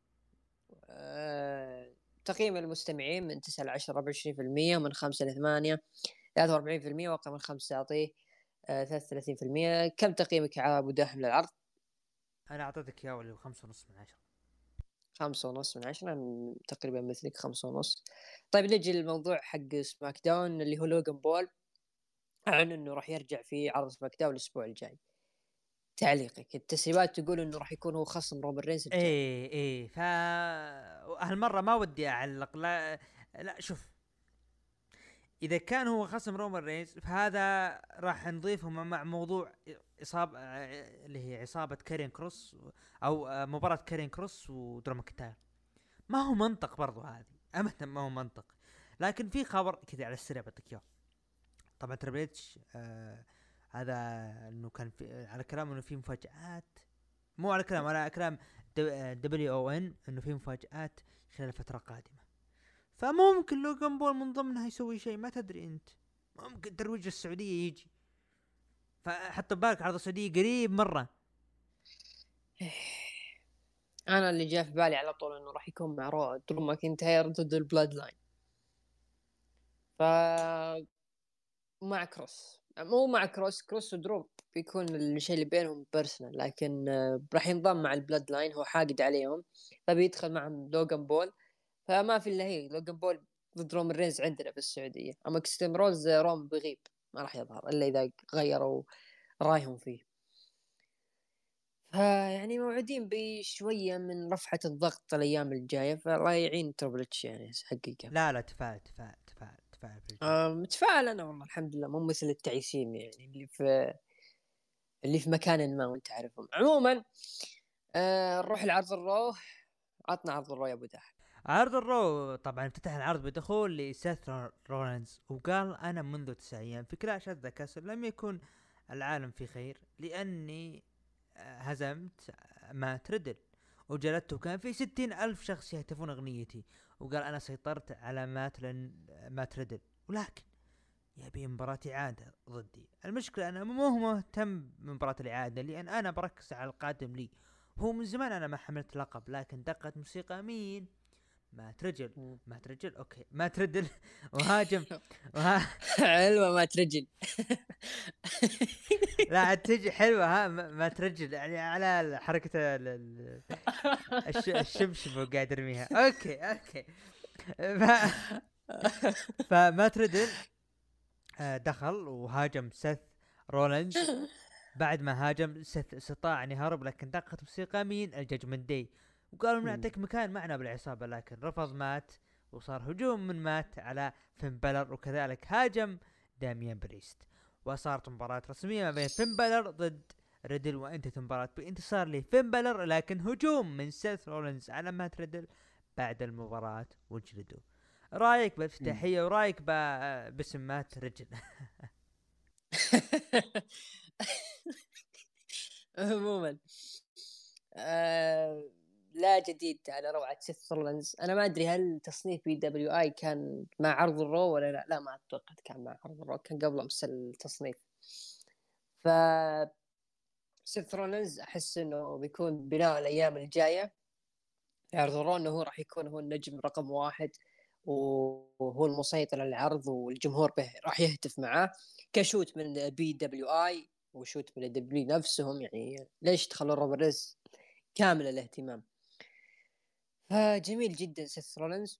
[SPEAKER 2] أه... تقييم المستمعين من تسعة إلى عشرة أربعة وعشرين بالمئة، من خمسة إلى ثمانية ثلاثة وأربعين بالمئة، وأقل من خمسة أعطيه أه... ثلاثة وثلاثين بالمئة. كم تقييمك يا أبو داحم للعرض؟
[SPEAKER 1] انا اعطيتك اياه اللي هو خمسة ونص من عشرة.
[SPEAKER 2] خمسة ونص من عشرة، تقريبا مثلك خمسة ونص. طيب نجي للموضوع حق سماك داون اللي هو لوغان بول، أعلن أنه راح يرجع في عرض سماك داون الأسبوع الجاي. تعليقك؟ التسريبات تقول أنه راح يكون هو خصم رومان رينز الجاي.
[SPEAKER 1] ايه ايه فا هالمره ما ودي اعلق. لا لا شوف، اذا كان هو خصم رومان رينز فهذا راح نضيفه مع موضوع اصابه اللي هي عصابه كارين كروس او مباراه كارين كروس ودرو ماكنتاير. ما هو منطق برضو هذه، ابدا ما هو منطق. لكن في خبر كذا على السريع بعطيك اياه. طبعا تربيتش آه هذا انه كان في على كلام انه في مفاجآت، مو على كلام، على كلام دبليو او ان انه في مفاجآت خلال فترة قادمة. فممكن لوغان بول من ضمنها يسوي شيء، ما تدري انت. ممكن ترويج السعودية يجي، فحط بالك عرض السعودية قريب مرة.
[SPEAKER 2] انا اللي جاء في بالي على طول انه راح يكون مع رو درو ماكنتاير ضد البلاد لاين، ف مع كروس، مو مع كروس كروس ودروب بيكون الشيء اللي بينهم بيرسونال، لكن آه، راح ينضم مع البلاد لاين، هو حاقد عليهم فبيدخل معهم لوغان بول. فما في الا هي لوغان بول ضد رومان رينز عندنا في السعوديه. اما كستيم روز روم بيغيب، ما راح يظهر الا اذا غيروا رايهم فيه. فيعني موعودين بشويه من رفعه الضغط الايام الجايه، فالله يعين تربل اتش يعني حقيقه.
[SPEAKER 1] لا لا تفاعل تفاعل تفاعل تفاعل في الجيم.
[SPEAKER 2] آه متفائل انا والله الحمد لله، مو مثل التعيسين يعني اللي في اللي في مكان ما وانت عارفهم. عموما آه نروح لعرض الرو. عطنا عرض الرو يا ابو داح.
[SPEAKER 1] عرض الرو طبعا افتتح العرض بدخول لسيث رولينز، وقال انا منذ تسع ايام في كلاش ذا كاسل لم يكن العالم في خير لاني هزمت مات ريدل وجلدته، كان في ستين الف شخص يهتفون اغنيتي، وقال انا سيطرت على مات لن مات ريدل، ولكن يبي مباراة إعادة ضدي. المشكلة أنا مو مهتم بمباراة الإعادة لأن أنا بركز على القادم لي. هو من زمان أنا ما حملت لقب، لكن دقت موسيقى مين؟ ما ترجل ما ترجل اوكي ما تردل وهاجم وها
[SPEAKER 2] حلوه ما ترجل.
[SPEAKER 1] لا تجي حلوه ها ما ترجل يعني على حركه ال... الش... الشبشب وقاعد يرميها. اوكي اوكي ف... فما تردل دخل وهاجم سيث رولينز. بعد ما هاجم سيث استطاع ان يهرب، لكن دقت موسيقى مين؟ الجاجمنت داي، وقالوا نعطيك مكان معنا بالعصابة، لكن رفض مات، وصار هجوم من مات على فين بلر، وكذلك هاجم داميان بريست، وصارت مباراة رسمية ما بين فين بلر ضد ريدل، وانتهت مباراة بانتصار لفين بلر، لكن هجوم من سيث رولينز على مات ريدل بعد المباراة وجلدوا. رايك بالافتتاحية ورايك باسم مات ريدل؟
[SPEAKER 2] عموما آه لا جديد على روعة سيث رولينز. انا ما ادري هل تصنيف بي دبليو اي كان مع عرض الرو ولا لا. لا ما اتوقع كان مع عرض الرو، كان قبل امس التصنيف. ف سيث رولينز احس انه بيكون بناء الايام الجايه عرض الرو انه هو راح يكون هو النجم رقم واحد، وهو المسيطر على العرض، والجمهور به راح يهتف معاه كشوت من بي دبليو اي وشوت من الدبليو نفسهم. يعني ليش تخلوا روبرز كامل الاهتمام؟ فجميل جدا سيث رولينز.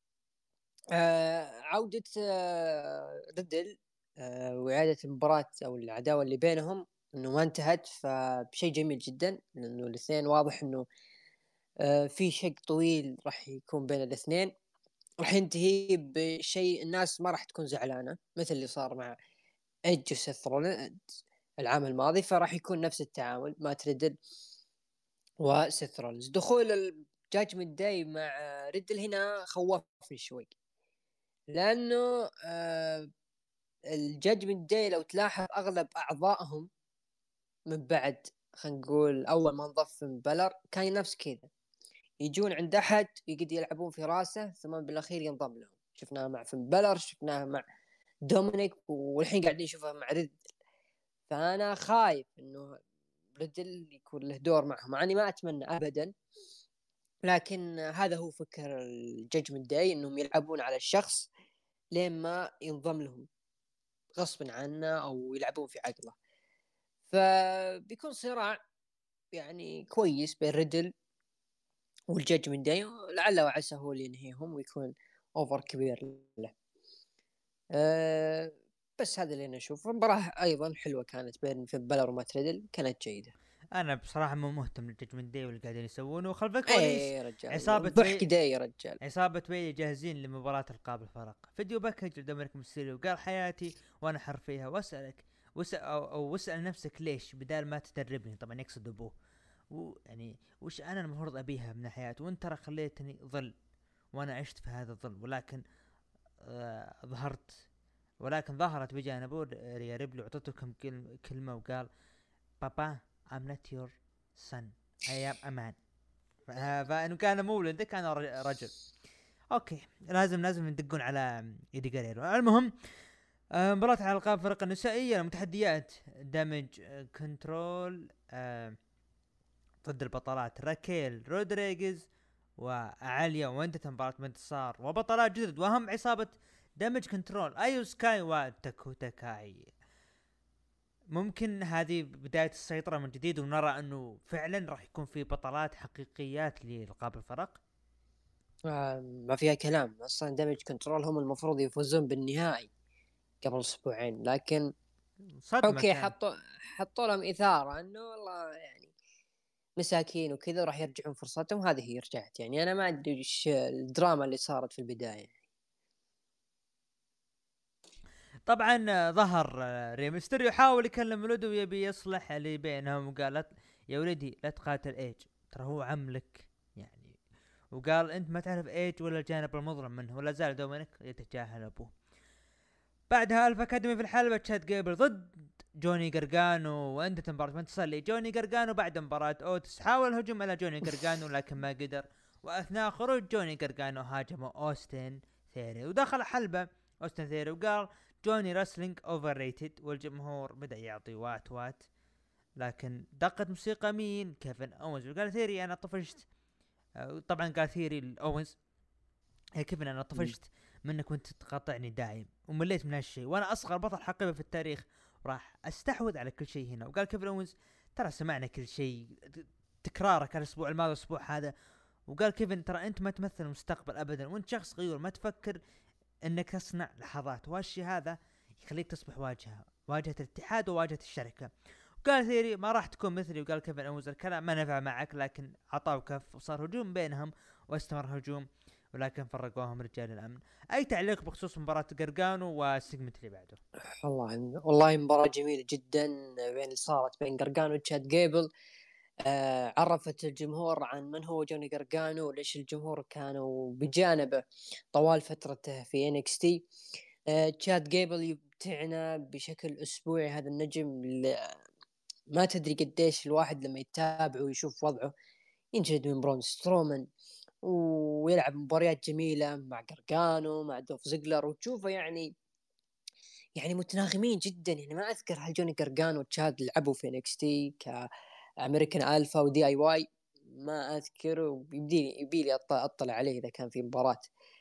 [SPEAKER 2] آه عودة آه ريدل آه وإعادة المباراة أو العداوة اللي بينهم إنه ما انتهت، فشيء جميل جدا، لأنه الاثنين واضح إنه آه في شق طويل راح يكون بين الاثنين، راح ينتهي بشيء الناس ما راح تكون زعلانة مثل اللي صار مع إيدج وسيث رولينز العام الماضي. فراح يكون نفس التعامل ما تريدل وسيث رولينز. دخول الجاجمنت داي مع ريدل هنا خوفني شوي، لأنه آه الجاجمنت داي لو تلاحظ أغلب أعضائهم من بعد خلينا نقول أول ما انضف من بلر كان نفس كذا، يجون عند أحد يقعد يلعبون في راسه ثم بالأخير ينضم لهم. شفناها مع فين بلر، شفناها مع دومينيك، والحين قاعدين نشوفها مع ريدل. فانا خايف انه ريدل يكون له دور معهم، مع اني ما اتمنى ابدا، لكن هذا هو فكر الججمنت داي، انهم يلعبون على الشخص لين ما ينضم لهم غصبا عنه او يلعبون في عقله. فبيكون صراع يعني كويس بين ريدل والججمنت داي، لعله وعسى هو اللي ينهيهم ويكون اوفر كبير له. أه بس هذا اللي انا اشوفه. مباراه ايضا حلوه كانت بين فين بلر ومات ريدل، كانت جيده.
[SPEAKER 1] انا بصراحه مو مهتم للججمنت داي واللي قاعدين يسوونه وخلف الكواليس.
[SPEAKER 2] ايه يا رجال،
[SPEAKER 1] عصابه
[SPEAKER 2] ضحك
[SPEAKER 1] بي
[SPEAKER 2] داي يا رجال.
[SPEAKER 1] عصابة بي جاهزين لمباراة القاب الفرق. فيديو باكج لدومينيك ميستيريو وقال حياتي وانا حر فيها، واسألك واسأل او, أو واسأل نفسك ليش بدال ما تدربني. طبعا يقصد ابوه. ويعني وش انا المفروض ابيها من حياتي، وانت ترى خليتني ظل وانا عشت في هذا الظل، ولكن آه ظهرت ولكن ظهرت بجانبه ريا ريبلي وعطته كم كلمة وقال بابا I'm not your son I am a man. فانه كان مو ولدك، كان رجل. اوكي لازم لازم ندقون على ايدي جاريرو. المهم آه، مباراة على القاب فرق النسائية، المتحديات دامج كنترول آه ضد البطلات راكيل رودريغيز وعاليا، وانتهت مباراة بانتصار وبطلات جدد وهم عصابة دامج كنترول ايو سكاي وتاكوتا كاي. ممكن هذه بداية السيطرة من جديد، ونرى انه فعلا راح يكون في بطلات حقيقيات للقاب الفرق.
[SPEAKER 2] آه ما فيها كلام، اصلا دامج كنترول هم المفروض يفوزون بالنهائي قبل اسبوعين، لكن
[SPEAKER 1] صدمة
[SPEAKER 2] اوكي
[SPEAKER 1] كانت.
[SPEAKER 2] حطوا حطوا لهم اثاره انه والله يعني مساكين وكذا راح يرجعون فرصتهم. هذه هي رجعت، يعني انا ما ادري ايش الدراما اللي صارت في البدايه.
[SPEAKER 1] طبعا آه، ظهر آه، ري ميستيريو يحاول يكلم ولده ويبي يصلح اللي بينهم، وقالت يا ولدي لا تقاتل ايج، ترى هو عملك يعني. وقال انت ما تعرف ايج ولا الجانب المظلم منه، ولا زال دومينيك يتجاهل ابوه. بعدها الف اكاديمي في الحلبة تشات جيبل ضد جوني قرقانو، وانتهت مباراة منتصر لجوني قرقانو. بعد مباراة اوتس حاول الهجوم على جوني قرقانو لكن ما قدر، واثناء خروج جوني قرقانو هاجم اوستن ثيري ودخل حلبة اوستن ثيري وقال جوني رسلينج اوفر ريتد، والجمهور بدا يعطي وات وات. لكن دقت موسيقى مين؟ كيفن اوز، وقال ثيري انا طفشت. آه، طبعا قال ثيري الاوز يا كيفن انا طفشت منك وانت تقاطعني دايم ومليت من هالشيء، وانا اصغر بطل حقيبه في التاريخ وراح استحوذ على كل شيء هنا. وقال كيفن اوز ترى سمعنا كل شيء، تكرارك الاسبوع الماضي والاسبوع هذا. وقال كيفن ترى انت ما تمثل المستقبل ابدا، وانت شخص غيور ما تفكر انك تصنع لحظات، وهالشيء هذا يخليك تصبح واجهه واجهه الاتحاد وواجهه الشركه. وقال ثيري ما راح تكون مثلي. وقال كيفن اوز الكلام ما نفع معك، لكن عطاو كف وصار هجوم بينهم واستمر هجوم، ولكن فرقوهم رجال الامن. اي تعليق بخصوص مباراة قرقانو والسيجمنت اللي بعده؟
[SPEAKER 2] والله والله مباراة جميلة جدا بين اللي صارت بين قرقانو وتشاد جيبل. آه عرفت الجمهور عن من هو جوني قرقانو، وليش الجمهور كانوا بجانبه طوال فترته في إن إكس تي. آه تشاد جيبل يمتعنا بشكل أسبوعي، هذا النجم اللي ما تدري قديش الواحد لما يتابعه ويشوف وضعه ينجد من برون سترومان، ويلعب مباريات جميلة مع قرقانو مع دوف زيجلر، وتشوفه يعني يعني متناغمين جدا. يعني ما اذكر هل جوني قرقانو وتشاد لعبوا في انكس تي كامريكان الفا ودي اي واي، ما اذكر، ويبدي يبيلي اطلع عليه اذا كان في مباراة.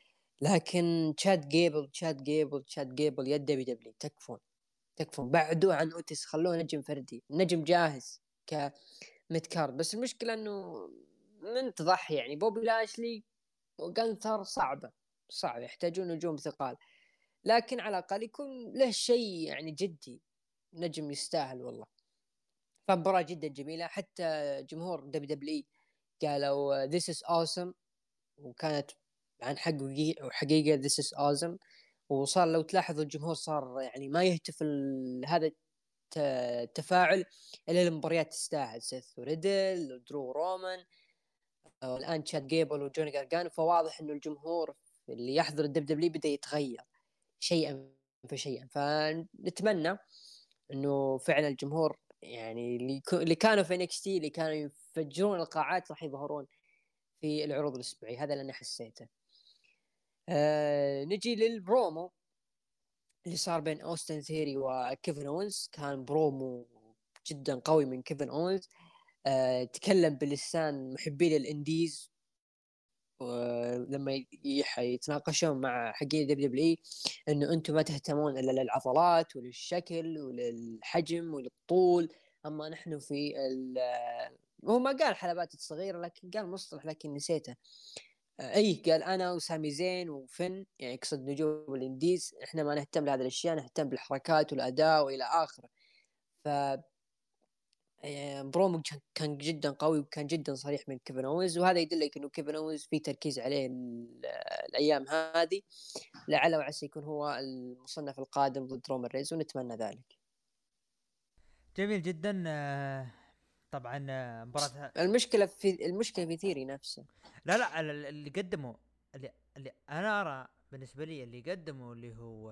[SPEAKER 2] لكن تشاد جيبل تشاد جيبل تشاد جيبل يد دبليو دبليو، تكفون تكفون بعدوا عن اوتس، خلوه نجم فردي، نجم جاهز كميد كارد. بس المشكلة انه من تضحي يعني بوبي لاشلي وقنثر صعبة صعب، يحتاجون نجوم ثقال، لكن على الأقل يكون له شيء يعني جدي، نجم يستاهل والله. فمباراة جدا جميلة، حتى جمهور دبليو دبليو قالوا this is awesome، وكانت عن حق وحقيقة this is awesome. وصار لو تلاحظوا الجمهور صار يعني ما يهتف هذا التفاعل إلا المباريات تستاهل، سيث وريدل ودرو رومان والآن تشاد جيبل وجوني قرقانو. فواضح إنه الجمهور اللي يحضر الدبليو دبليو بدأ يتغير شيئا فشيئا. فنتمنى انه فعلا الجمهور يعني اللي, اللي كانوا في انكس تي اللي كانوا يفجرون القاعات راح يظهرون في العروض الاسبوعيه. هذا اللي انا حسيته. آه نجي للبرومو اللي صار بين أوستن ثيري وكيفن أوينز كان برومو جدا قوي من كيفن أوينز. أه تكلم بلسان محبي للإنديز، ولما يتناقشون مع حقين دبليو دبليو اي انه انتم ما تهتمون الا للعضلات وللشكل وللحجم وللطول، اما نحن في هو ما قال حلبات الصغيره لكن قال مصطلح لكن نسيته. اي قال انا وسامي زين وفن، يعني يقصد نجوم الانديز، احنا ما نهتم بهذه الاشياء، نهتم بالحركات والاداء والى اخره. ف برومو كان جدا قوي وكان جدا صريح من كيفن أوينز، وهذا يدلك انه كيفن أوينز في تركيز عليه الايام هذه، لعل وعسى يكون هو المصنف القادم ضد رومان ريز ونتمنى ذلك.
[SPEAKER 1] جميل جدا. آه، طبعا آه، مباراة.
[SPEAKER 2] المشكله في المشكله في ثيري نفسه.
[SPEAKER 1] لا لا ال- اللي قدموا، اللي, اللي انا ارى بالنسبه لي اللي قدموا اللي هو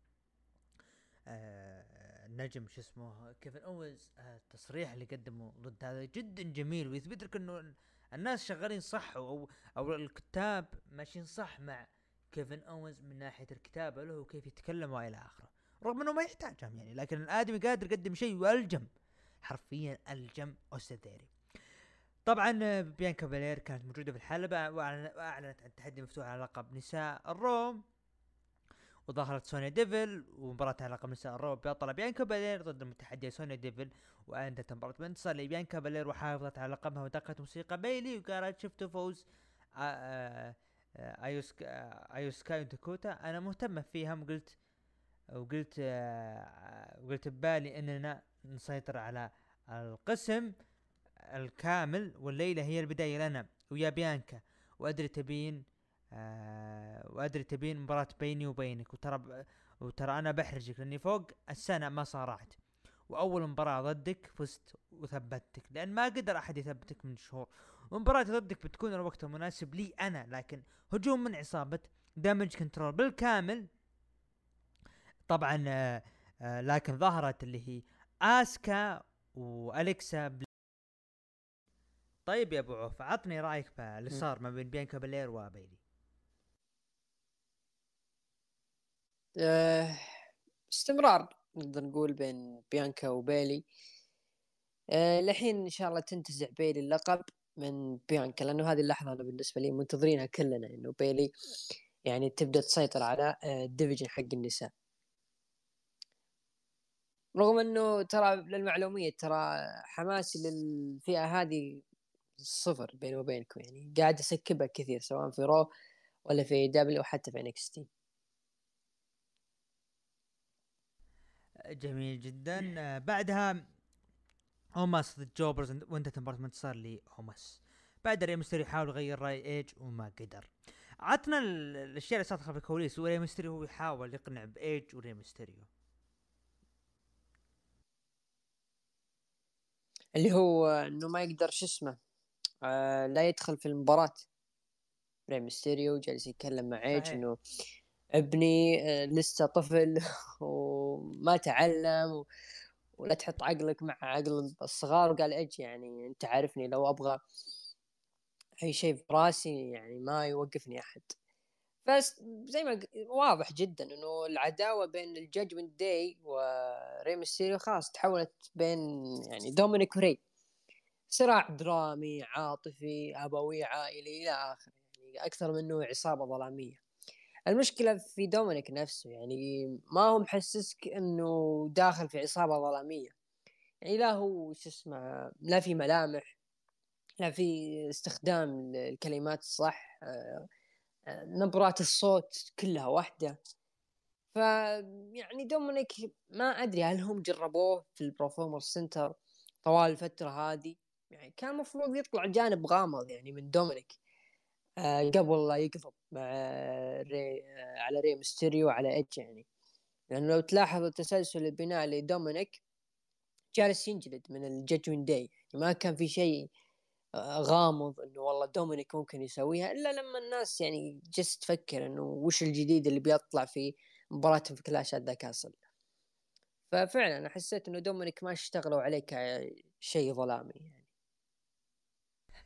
[SPEAKER 1] آه النجم شو اسمه كيفن اوينز، آه التصريح اللي قدمه ضد هذا جدا جميل، ويثبت لك انه الناس شغالين صح، او او الكتاب ماشيين صح مع كيفن اوينز من ناحيه الكتابه له وكيف يتكلم والى اخره، رغم انه ما يحتاجهم يعني، لكن الادمي قادر يقدم شيء والجم، حرفيا الجم اوستاتيري. طبعا آه، بيانكا بالير كانت موجوده في الحلبه، وأعلن- واعلنت عن تحدي مفتوح على لقب نساء الروم، وظهرت سونيا ديفل ومباراة على لقب نساء الرو بطلة بيانكا بالير ضد المتحدية سونيا ديفل، وأنتهت مباراة بانتصار لبيانكا بالير وحافظت على لقبها ودقت موسيقى بيلي، وقالت شفت فوز آ- آ- آ- ايوسكا آ- ايوسكا وداكوتا، انا مهتمة فيهم، وقلت وقلت آ- وقلت ببالي اننا نسيطر على القسم الكامل، والليلة هي البداية لنا ويا بيانكا، وأدري تبين آه وأدري تبين مباراة بيني وبينك، وترى ب... وترى أنا بحرجك لأني فوق السنة ما صارعت، وأول مباراة ضدك فزت وثبتك، لأن ما قدر أحد يثبتك من شهور، ومباراة ضدك بتكون الوقت المناسب لي أنا، لكن هجوم من عصابة دامج كنترول بالكامل طبعا. آه آه لكن ظهرت اللي هي آسكا وأليكسا. طيب يا ابو عوف، عطني رايك باللي صار ما بين بيانكا بالير وبيلي.
[SPEAKER 2] أه استمرار نقدر نقول بين بيانكا وبيلي. أه الحين ان شاء الله تنتزع بيلي اللقب من بيانكا، لانه هذه اللحظه انا بالنسبه لي منتظرينها كلنا، انه بيلي يعني تبدا تسيطر على الديفيجن حق النساء. رغم انه ترى للمعلوميه ترى حماسي للفئه هذه صفر بيني وبينكم، يعني قاعد اسكبها كثير سواء في رو ولا في دبليو وحتى في انكس تي.
[SPEAKER 1] جميل جدا. آه بعدها اوماس ضد جوبرز، وانت مباراة انتصار لاوماس. بعد ري مستري يحاول يغير راي ايج وما قدر. عطنا ال- الاشياء اللي صارت خلف الكواليس، وري مستري هو يحاول يقنع بايج وري مستريو.
[SPEAKER 2] اللي هو انه ما يقدر شو اسمه آه لا يدخل في المباراة. ري ميستيريو جالس يتكلم مع ايج
[SPEAKER 1] صحيح.
[SPEAKER 2] انه ابني آه لسه طفل وما تعلم و... ولا تحط عقلك مع عقل الصغار. وقال ايج يعني انت عارفني لو ابغى اي شيء في راسي يعني ما يوقفني احد. بس زي ما واضح جدا انه العداوه بين الجاجمنت داي وري ميستيريو خلاص تحولت بين يعني دومينيك وري، صراع درامي عاطفي ابوي عائلي الى اخره، يعني اكثر منه عصابه ظلاميه. المشكله في دومينيك نفسه، يعني ما هو محسسك انه داخل في عصابه ظلاميه، يعني لا هو شو اسمه لا في ملامح، لا في استخدام الكلمات الصح، نبرات الصوت كلها واحده. ف يعني دومينيك ما ادري هل هم جربوه في البروفورمر سنتر طوال الفتره هذه، يعني كان المفروض يطلع جانب غامض يعني من دومينيك آه قبل لا يقضب مع ري آه على ري ميستيريو على ايدج، يعني لانه لو تلاحظ التسلسل البناء لدومينيك جالس ينجلد من الجادجمنت داي، يعني ما كان في شيء آه غامض انه والله دومينيك ممكن يسويها الا لما الناس يعني جست تفكر انه وش الجديد اللي بيطلع في مباراتهم في كلاش ات ذا كاسل. ففعلا انا حسيت انه دومينيك ما اشتغلوا عليه كشيء ظلامي يعني.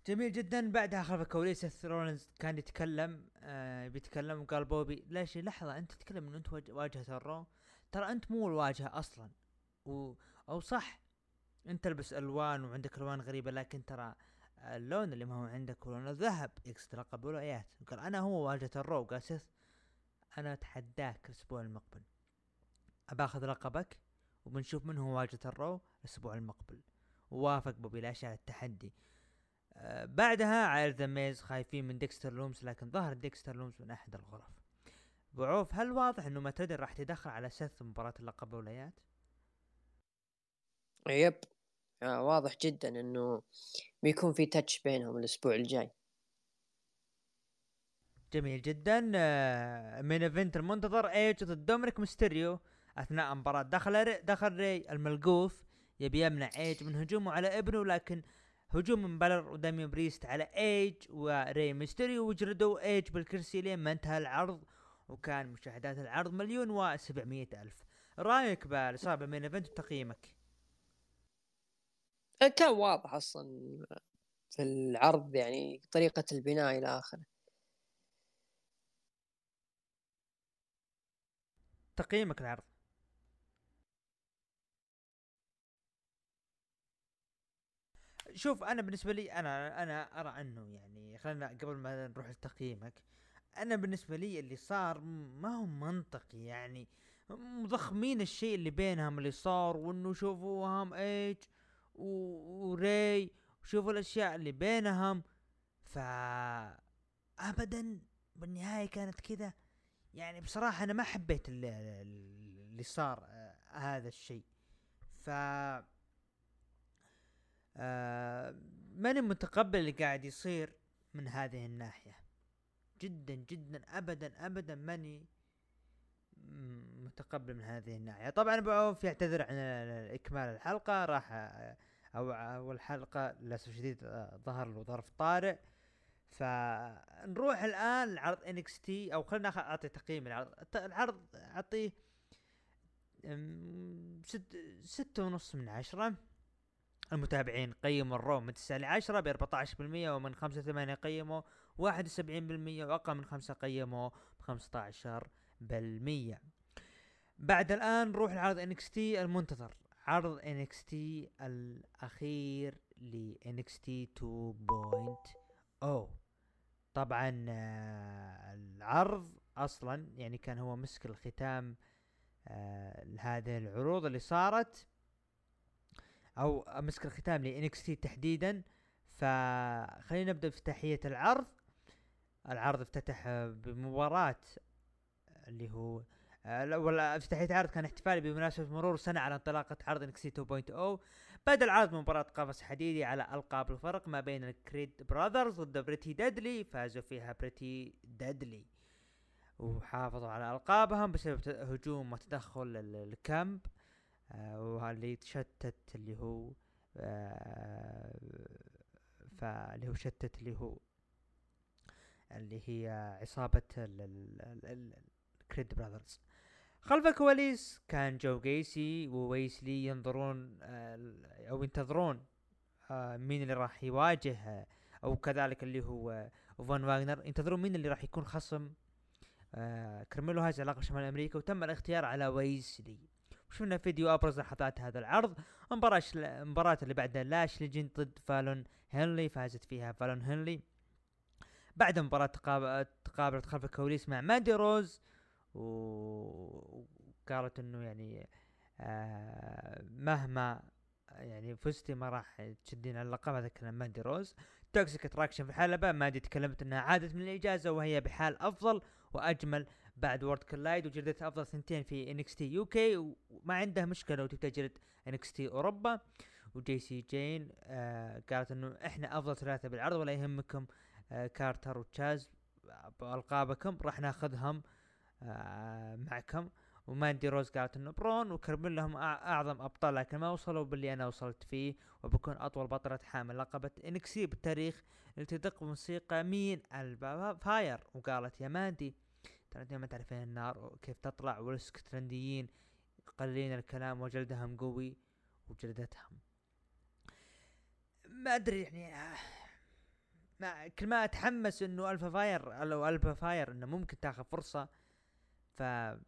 [SPEAKER 1] جميل جدا. بعدها خلف الكواليس سيث رولينز كان يتكلم، آه بيتكلم وقال بوبي ليش لحظة انت تتكلم ان انت واجهة الرو، ترى انت مو الواجهة اصلا، و او صح انت تلبس الوان وعندك الوان غريبة، لكن ترى اللون اللي ما هو عندك هو لون الذهب، اكس تلقب ولايات. وقال انا هو واجهة الرو. قال سيث انا اتحداك الاسبوع المقبل، اباخذ لقبك وبنشوف من هو واجهة الرو الاسبوع المقبل. ووافق بوبي لاشي على التحدي. آه بعدها عائلة ذا ميز خايفين من ديكستر لومز، لكن ظهر ديكستر لومز من احد الغرف. بعوف هل واضح انه ما تدري راح تدخل على سيث مباراة اللقب ولايات؟
[SPEAKER 2] يب، آه واضح جدا انه بيكون في تاتش بينهم الاسبوع الجاي.
[SPEAKER 1] جميل جدا. آه من ايفنت المنتظر ايج ضد دومينيك ميستيريو. اثناء مباراة دخل ري دخل ري الملقوف يبي يمنع ايج من هجومه على ابنه، لكن هجوم من بالر وداميان بريست على ايج وري ميستيريو وجردوا ايج بالكرسي لين ما انتهى العرض، وكان مشاهدات العرض مليون وسبعمية الف. رايك بالاصابة من ايفنت وتقييمك؟
[SPEAKER 2] آه كان واضح اصلا في العرض، يعني طريقة البناء الى اخره.
[SPEAKER 1] تقييمك العرض؟ شوف انا بالنسبه لي انا انا ارى انه يعني خلينا قبل ما نروح لتقييمك، انا بالنسبه لي اللي صار ما هو منطقي. يعني مضخمين الشيء اللي بينهم اللي صار، وانه شوفوا هام ايج وري وشوفوا الاشياء اللي بينهم، ف ابدا بالنهايه كانت كذا. يعني بصراحه انا ما حبيت اللي, اللي صار آه هذا الشيء. ف آه ماني متقبل اللي قاعد يصير من هذه الناحية جدا جدا، ابدا ابدا ماني متقبل من هذه الناحية. طبعا بعوف يعتذر عن اكمال الحلقة، راح او اول حلقة للاسف الشديد ظهر له ظرف طارئ. فنروح الان لعرض انكس تي، او خلينا اعطي تقييم العرض. العرض اعطيه ست ستة ونص من عشرة. المتابعين قيموا الرو من تسعة لعشرة بأربعة عشر بالمية، ومن خمسة ثمانية قيموا واحد وسبعين بالمية، وأقل من خمسة قيموا بخمسة عشر بالمية. بعد الآن نروح لعرض انكستي المنتظر، عرض انكستي الأخير ل انكستي اثنين نقطة صفر. طبعا العرض أصلا يعني كان هو مسك الختام لهذه العروض اللي صارت، او مسك الختام لإنكستي تحديدا. فخلينا نبدأ بافتتاحية العرض. العرض افتتح بمباراة اللي هو الاول. افتتاحية العرض كان احتفالي بمناسبة مرور سنة على انطلاقة عرض انكستي اثنين نقطة صفر. بدأ العرض مباراة قفص حديدي على ألقاب الفرق ما بين الكريد براذرز ضد بريتي دادلي. فازوا فيها بريتي دادلي وحافظوا على ألقابهم بسبب هجوم وتدخل الكامب، آه واللي تشتت اللي هو آه فاللي هو شتت اللي هو اللي هي عصابة الكريد براذرز. خلف الكواليس كان جو جيسي وويسلي ينظرون آه او ينتظرون آه مين اللي راح يواجه، آه او كذلك اللي هو فون واغنر ينتظرون مين اللي راح يكون خصم آه كرميلو هايز علاقة شمال امريكا. وتم الاختيار على ويسلي. شفنا فيديو ابرز لحظات هذا العرض. مباراة المباراة اللي بعدها لاش ليجند ضد فالون هنلي، فازت فيها فالون هنلي. بعد مباراة تقابل تقابلت خلف الكواليس مع ماندي روز، وقالت انه يعني آه مهما يعني فزتي ما راح تشدين على اللقب. هذا كلام ماندي روز. توكسيك اتراكشن في الحلبة. ماندي تكلمت انها عادت من الاجازة وهي بحال افضل واجمل بعد وورد كلايد، وجلدت افضل ثنتين في انكستي يوكي، وما عندها مشكله لو تبي تجلد انكستي اوروبا. وجي سي جين آه قالت انه احنا افضل ثلاثه بالعرض ولا يهمكم آه كارتر وتشاز بالقابكم راح ناخذهم آه معكم. وماندي روز قالت انه برون وكربل لهم اعظم ابطال لكن ما وصلوا باللي انا وصلت فيه، وبكون اطول بطلة حامل لقبة انكسي بالتاريخ اللي تدق موسيقى مين الفاير. وقالت يا ماندي ترى ما تعرفين النار كيف تطلع، والاسكتلنديين قليلين الكلام وجلدهم قوي. وجلدتهم ما ادري يعني ما كل ما اتحمس انه الفا فاير او الفا فاير انه ممكن تاخذ فرصه، ف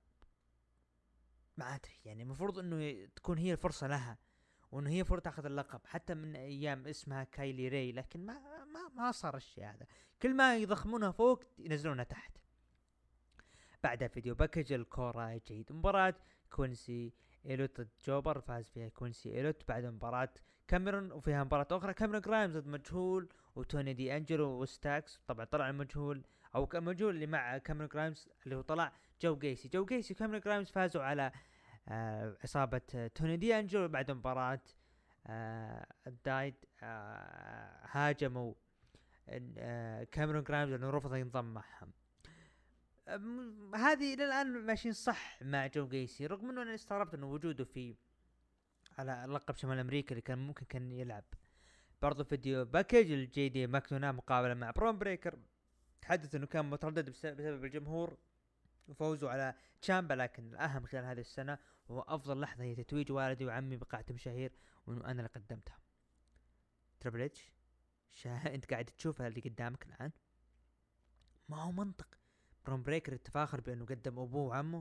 [SPEAKER 1] ما ادري يعني المفروض انه تكون هي الفرصه لها، وانه هي فرصه تاخذ اللقب حتى من ايام اسمها كايلي ري، لكن ما ما ما صار الشيء هذا. كل ما يضخمونها فوق ينزلونها تحت. بعدها فيديو باكج الكورة جيد. مباراة كوينسي إيلوت ضد جوبر، فاز فيها كوينسي إيلوت. بعد مباراة كاميرون، وفيها مباراة أخرى كاميرون جرايمز ضد مجهول وتوني دي أنجلو وستاكس. طبعا طلع المجهول أو المجهول اللي مع كاميرون جرايمز اللي هو طلع جو جيسي. جو جيسي وكاميرون جرايمز فازوا على آه عصابة آه توني دي أنجلو. بعد مباراة آه الدايد آه هاجموا آه كاميرون جرايمز لأنه رفض ينضم معهم. هذه الى الان ماشيين صح مع جو جيسي، رغم انه انا استغربت انه وجوده في على لقب شمال امريكا اللي كان ممكن كان يلعب. برضو فيديو باكج الجي دي ماكدونا مقابله مع برون بريكر، تحدث انه كان متردد بسبب الجمهور وفوزه على تشامبا، لكن الاهم خلال هذه السنه وهو افضل لحظه هي تتويج والدي وعمي بقاعه مشاهير، وانه انا اللي قدمتها. تريبل اتش شا... انت قاعد تشوفها اللي قدامك الان، ما هو منطق برون بريكر التفاخر بانه قدم ابوه وعمه.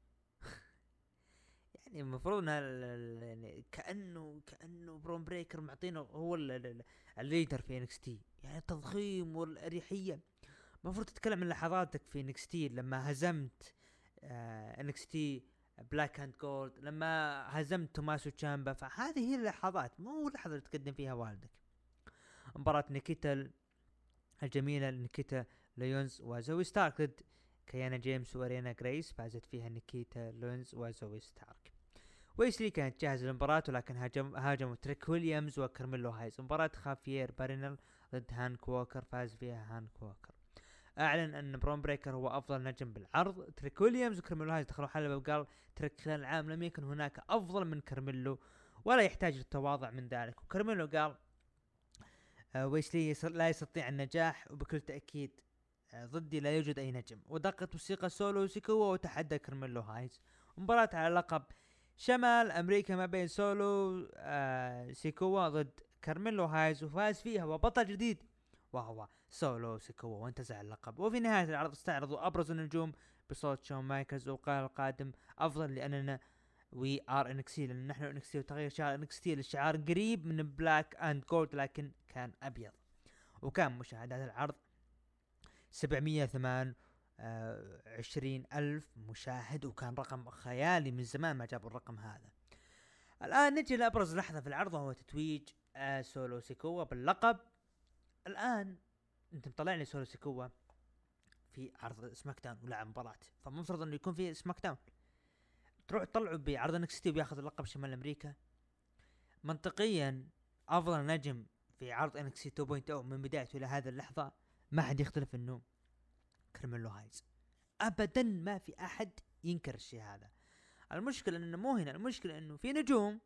[SPEAKER 1] يعني المفروض يعني كانه كانه برون بريكر معطينه هو الليدر في انكس تي، يعني التضخيم والاريحيه. المفروض تتكلم عن لحظاتك في انكس تي لما هزمت آه انكس تي بلاك اند جولد، لما هزمت توماسو تشامبا، فهذه هي اللحظات، مو اللحظه اللي تقدم فيها والدك. مباراه نيكيتا الجميله نيكيتا ليونز وزوي ستارك ضد كيانا جيمس وارينا جريس، فازت فيها نيكيتا ليونز وزوي ستارك. ويسلي كانت جاهزة للمباراة، ولكن هاجم هاجموا تريك ويليامز وكارميلو هايز. مباراة خافير بارينل ضد هانك ووكر، فاز فيها هانك ووكر. اعلن ان برون بريكر هو افضل نجم بالعرض. تريك ويليامز وكارميلو هايز دخلوا حلبة، وقال تريك خلال العام لم يكن هناك افضل من كارميلو ولا يحتاج للتواضع من ذلك. وكارميلو قال آه ويسلي لا يستطيع النجاح، وبكل تأكيد آه ضدي لا يوجد اي نجم. ودقت موسيقى سولو سيكوا وتحدى كارميلو هايز. مباراة على لقب شمال امريكا ما بين سولو آه سيكوا ضد كارميلو هايز، وفاز فيها وبطل جديد وهو سولو سيكوا وانتزع اللقب. وفي نهاية العرض استعرضوا ابرز النجوم بصوت شون مايكلز، وقال القادم افضل لاننا وي ار انكسي، لان نحن انكسي وتغير شعار انكسي للشعار قريب من بلاك اند جولد لكن كان ابيض. وكان مشاهدات العرض سبعمية وثمانية وعشرين ألف مشاهد، وكان رقم خيالي من زمان ما جابوا الرقم هذا. الآن نجي لأبرز لحظة في العرض، وهو تتويج آه سولو سيكوا باللقب. الآن انت مطلع لي سولو سيكوا في عرض سماك داون ولعب مباراة، فمفروض انه يكون في سماك داون، تروح تطلعوا بعرض نكستي وبياخذ اللقب شمال امريكا. منطقيا افضل نجم في عرض انكسي تو بوينت او من بدايته الى هذه اللحظة ما حد يختلف انه كارميلو هايز. ابدا ما في احد ينكر الشيء هذا. المشكلة انه مو هنا، المشكلة انه في نجوم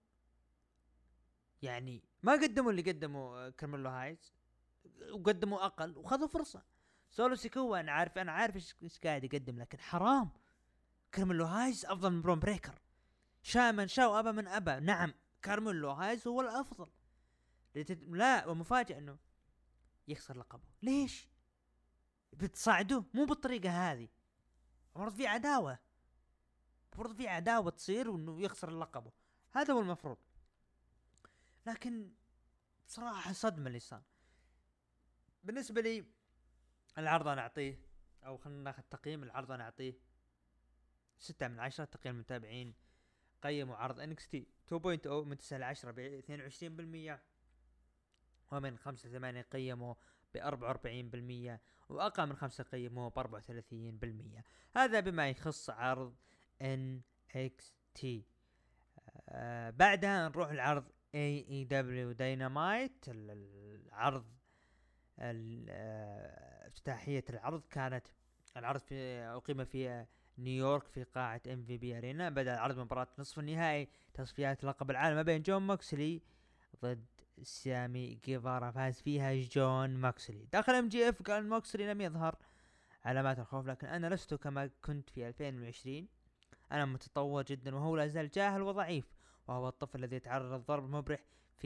[SPEAKER 1] يعني ما قدموا اللي قدموا كارميلو هايز، وقدموا اقل وخذوا فرصة. سولو سيكوا انا عارف انا عارف ايش قاعد يقدم، لكن حرام. كارميلو هايز افضل من برون بريكر، شاء من شاء وابى من ابى. نعم كارميلو هايز هو الافضل. لا، ومفاجئ انه يخسر لقبه. ليش بتصعدوه؟ مو بالطريقة هذه. المفروض في عداوة، المفروض في عداوة تصير وانه يخسر لقبه، هذا هو المفروض. لكن بصراحة صدمة اللي صار. بالنسبة لي العرض انا اعطيه، او خلينا ناخذ تقييم العرض، انا اعطيه ستة من عشرة. تقييم المتابعين قيموا عرض إن إكس تي تو بوينت أو من تسعة لعشرة ب اثنين وعشرين بالمية، ومن خمسة لثمانية قيموا ب أربعة وأربعين بالمية، وأقل من خمسة قيموا ب أربعة وثلاثين بالمية. هذا بما يخص عرض إن إكس تي. آه بعدها نروح العرض إيه إي دبليو Dynamite. العرض افتتاحية العرض كانت العرض في أقيم في نيويورك في قاعة ام في بي ارينا. بدأ العرض مباراة نصف النهائي تصفيات لقب العالم ما بين جون ماكسلي ضد سامي جيفارا، فاز فيها جون ماكسلي. داخل ام جي اف قال ماكسلي لم يظهر علامات الخوف، لكن انا لست كما كنت في ألفين وعشرين، انا متطور جدا وهو لا زال جاهل وضعيف، وهو الطفل الذي يتعرض للضرب المبرح في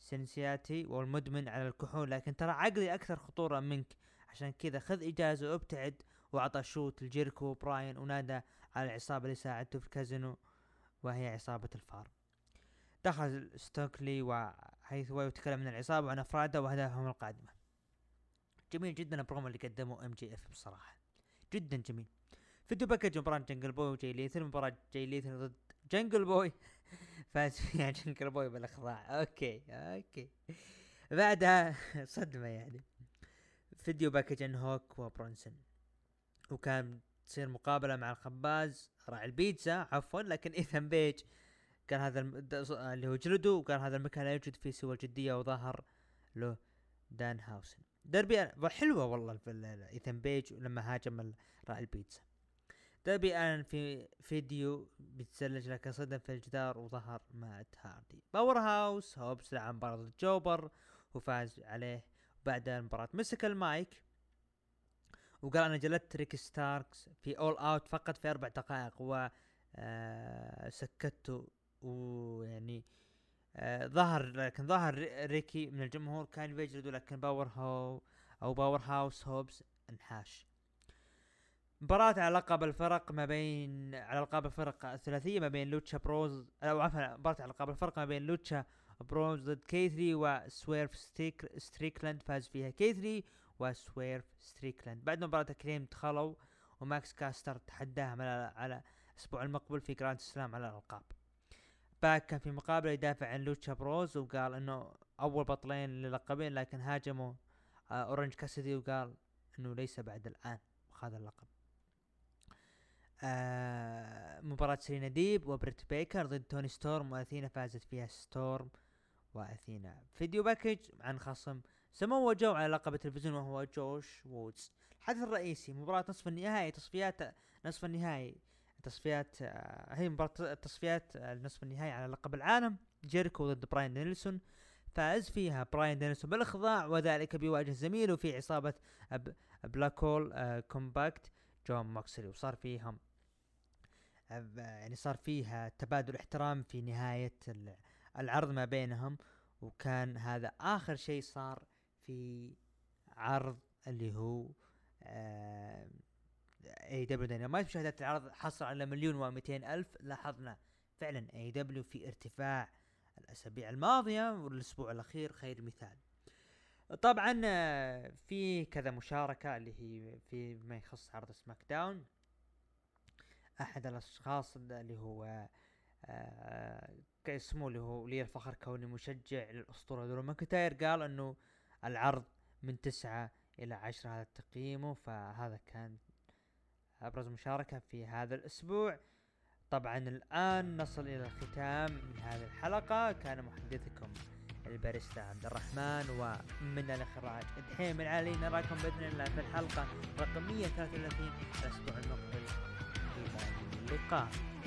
[SPEAKER 1] سينسياتي والمدمن على الكحول، لكن ترى عقلي أكثر خطورة منك، عشان كذا خذ إجازة وابتعد. وعطى شوت لجيركو وبراين ونادى على العصابة اللي ساعدته في الكازينو وهي عصابة الفار. دخل ستوكلي وهيثواي وتكلم عن العصابة وعن أفرادها وأهدافهم القادمة. جميل جدا البرومو اللي قدمه ام جي اف بصراحة، جدا جميل. فيديو باكج مباراة جنجل بوي وجاي ليثر، مباراة جاي ليثر ضد جنجل بوي فاز فيها جنجل بوي بالاخضاع. اوكي اوكي بعدها صدمة يعني. فيديو باكج ان هوك وبرونسون، وكان تصير مقابلة مع الخباز راعي البيتزا عفوا، لكن ايثان بيج كان هذا الم... اللي هو جلده، وكان هذا المكان لا يوجد فيه سوى الجدية، وظهر له دان هاوسن. دربي حلوة والله في ايثان بيج لما هاجم راعي البيتزا. دربي الان في فيديو بيتسلج لكن صدم في الجدار وظهر مات هاردي. باور هاوس هوبس لعب مباراة الجوبر وفاز عليه. بعد المباراة مسك المايك وقال انا جلدت ريك ستاركس في اول اوت فقط في اربع دقائق و آه سكته. ويعني آه ظهر لكن ظهر ريكي من الجمهور كان بيجلده، لكن باور هاو او باور هاوس هوبس انحاش. مباراة على لقب الفرق ما بين على لقب الفرق الثلاثية ما بين لوتشا بروز او عفوا مباراة على لقب الفرق ما بين لوتشا بروز ضد كيثري وسويرف ستيك ستريكلاند. فاز فيها كيثري وسويرف ستريكلاند. بعد مباراة كريم دخلوا وماكس كاستر تحداهم على على الاسبوع المقبل في جراند سلام على الالقاب. باك كان في مقابلة يدافع عن لوتشا بروز وقال انه اول بطلين للقبين، لكن هاجموا آه اورنج كاسدي وقال انه ليس بعد الان وخذ اللقب. آه مباراة سيرينا ديب وبريت بيكر ضد توني ستورم واثينا، فازت فيها ستورم واثينا. فيديو باكج عن خصم سمو جو على لقب التلفزيون وهو جوش وودز. الحدث الرئيسي مباراة نصف النهائي تصفيات نصف النهائي تصفيات آه هي مباراة تصفيات نصف النهائي على لقب العالم. جيريكو ضد براين دانيلسون، فاز فيها براين دانيلسون بالاخضاع، وذلك بيواجه زميله في عصابة أب بلاك هول آه كومباكت جون ماكسلي. وصار فيهم يعني صار فيها تبادل احترام في نهاية العرض ما بينهم، وكان هذا آخر شيء صار في عرض اللي هو اي دبليو داينامايت. مشاهدات العرض حصل على مليون ومئتين الف. لاحظنا فعلا اي دبليو في ارتفاع الاسابيع الماضية، والاسبوع الاخير خير مثال. طبعا في كذا مشاركة اللي هي في ما يخص عرض سماك داون. احد الاشخاص اللي هو آه كاسمه اللي هو لي الفخر كوني مشجع للاسطوره درو ماكنتاير قال انه العرض من تسعة الى عشرة هذا تقييمه، فهذا كان ابرز مشاركة في هذا الاسبوع. طبعا الان نصل الى الختام من هذه الحلقة. كان محدثكم الباريستا عبد الرحمن، ومن الاخراج دحيم العالي. نراكم باذن الله في الحلقة رقم مئة وثلاثة وثلاثين الاسبوع المقبل. اللقاء.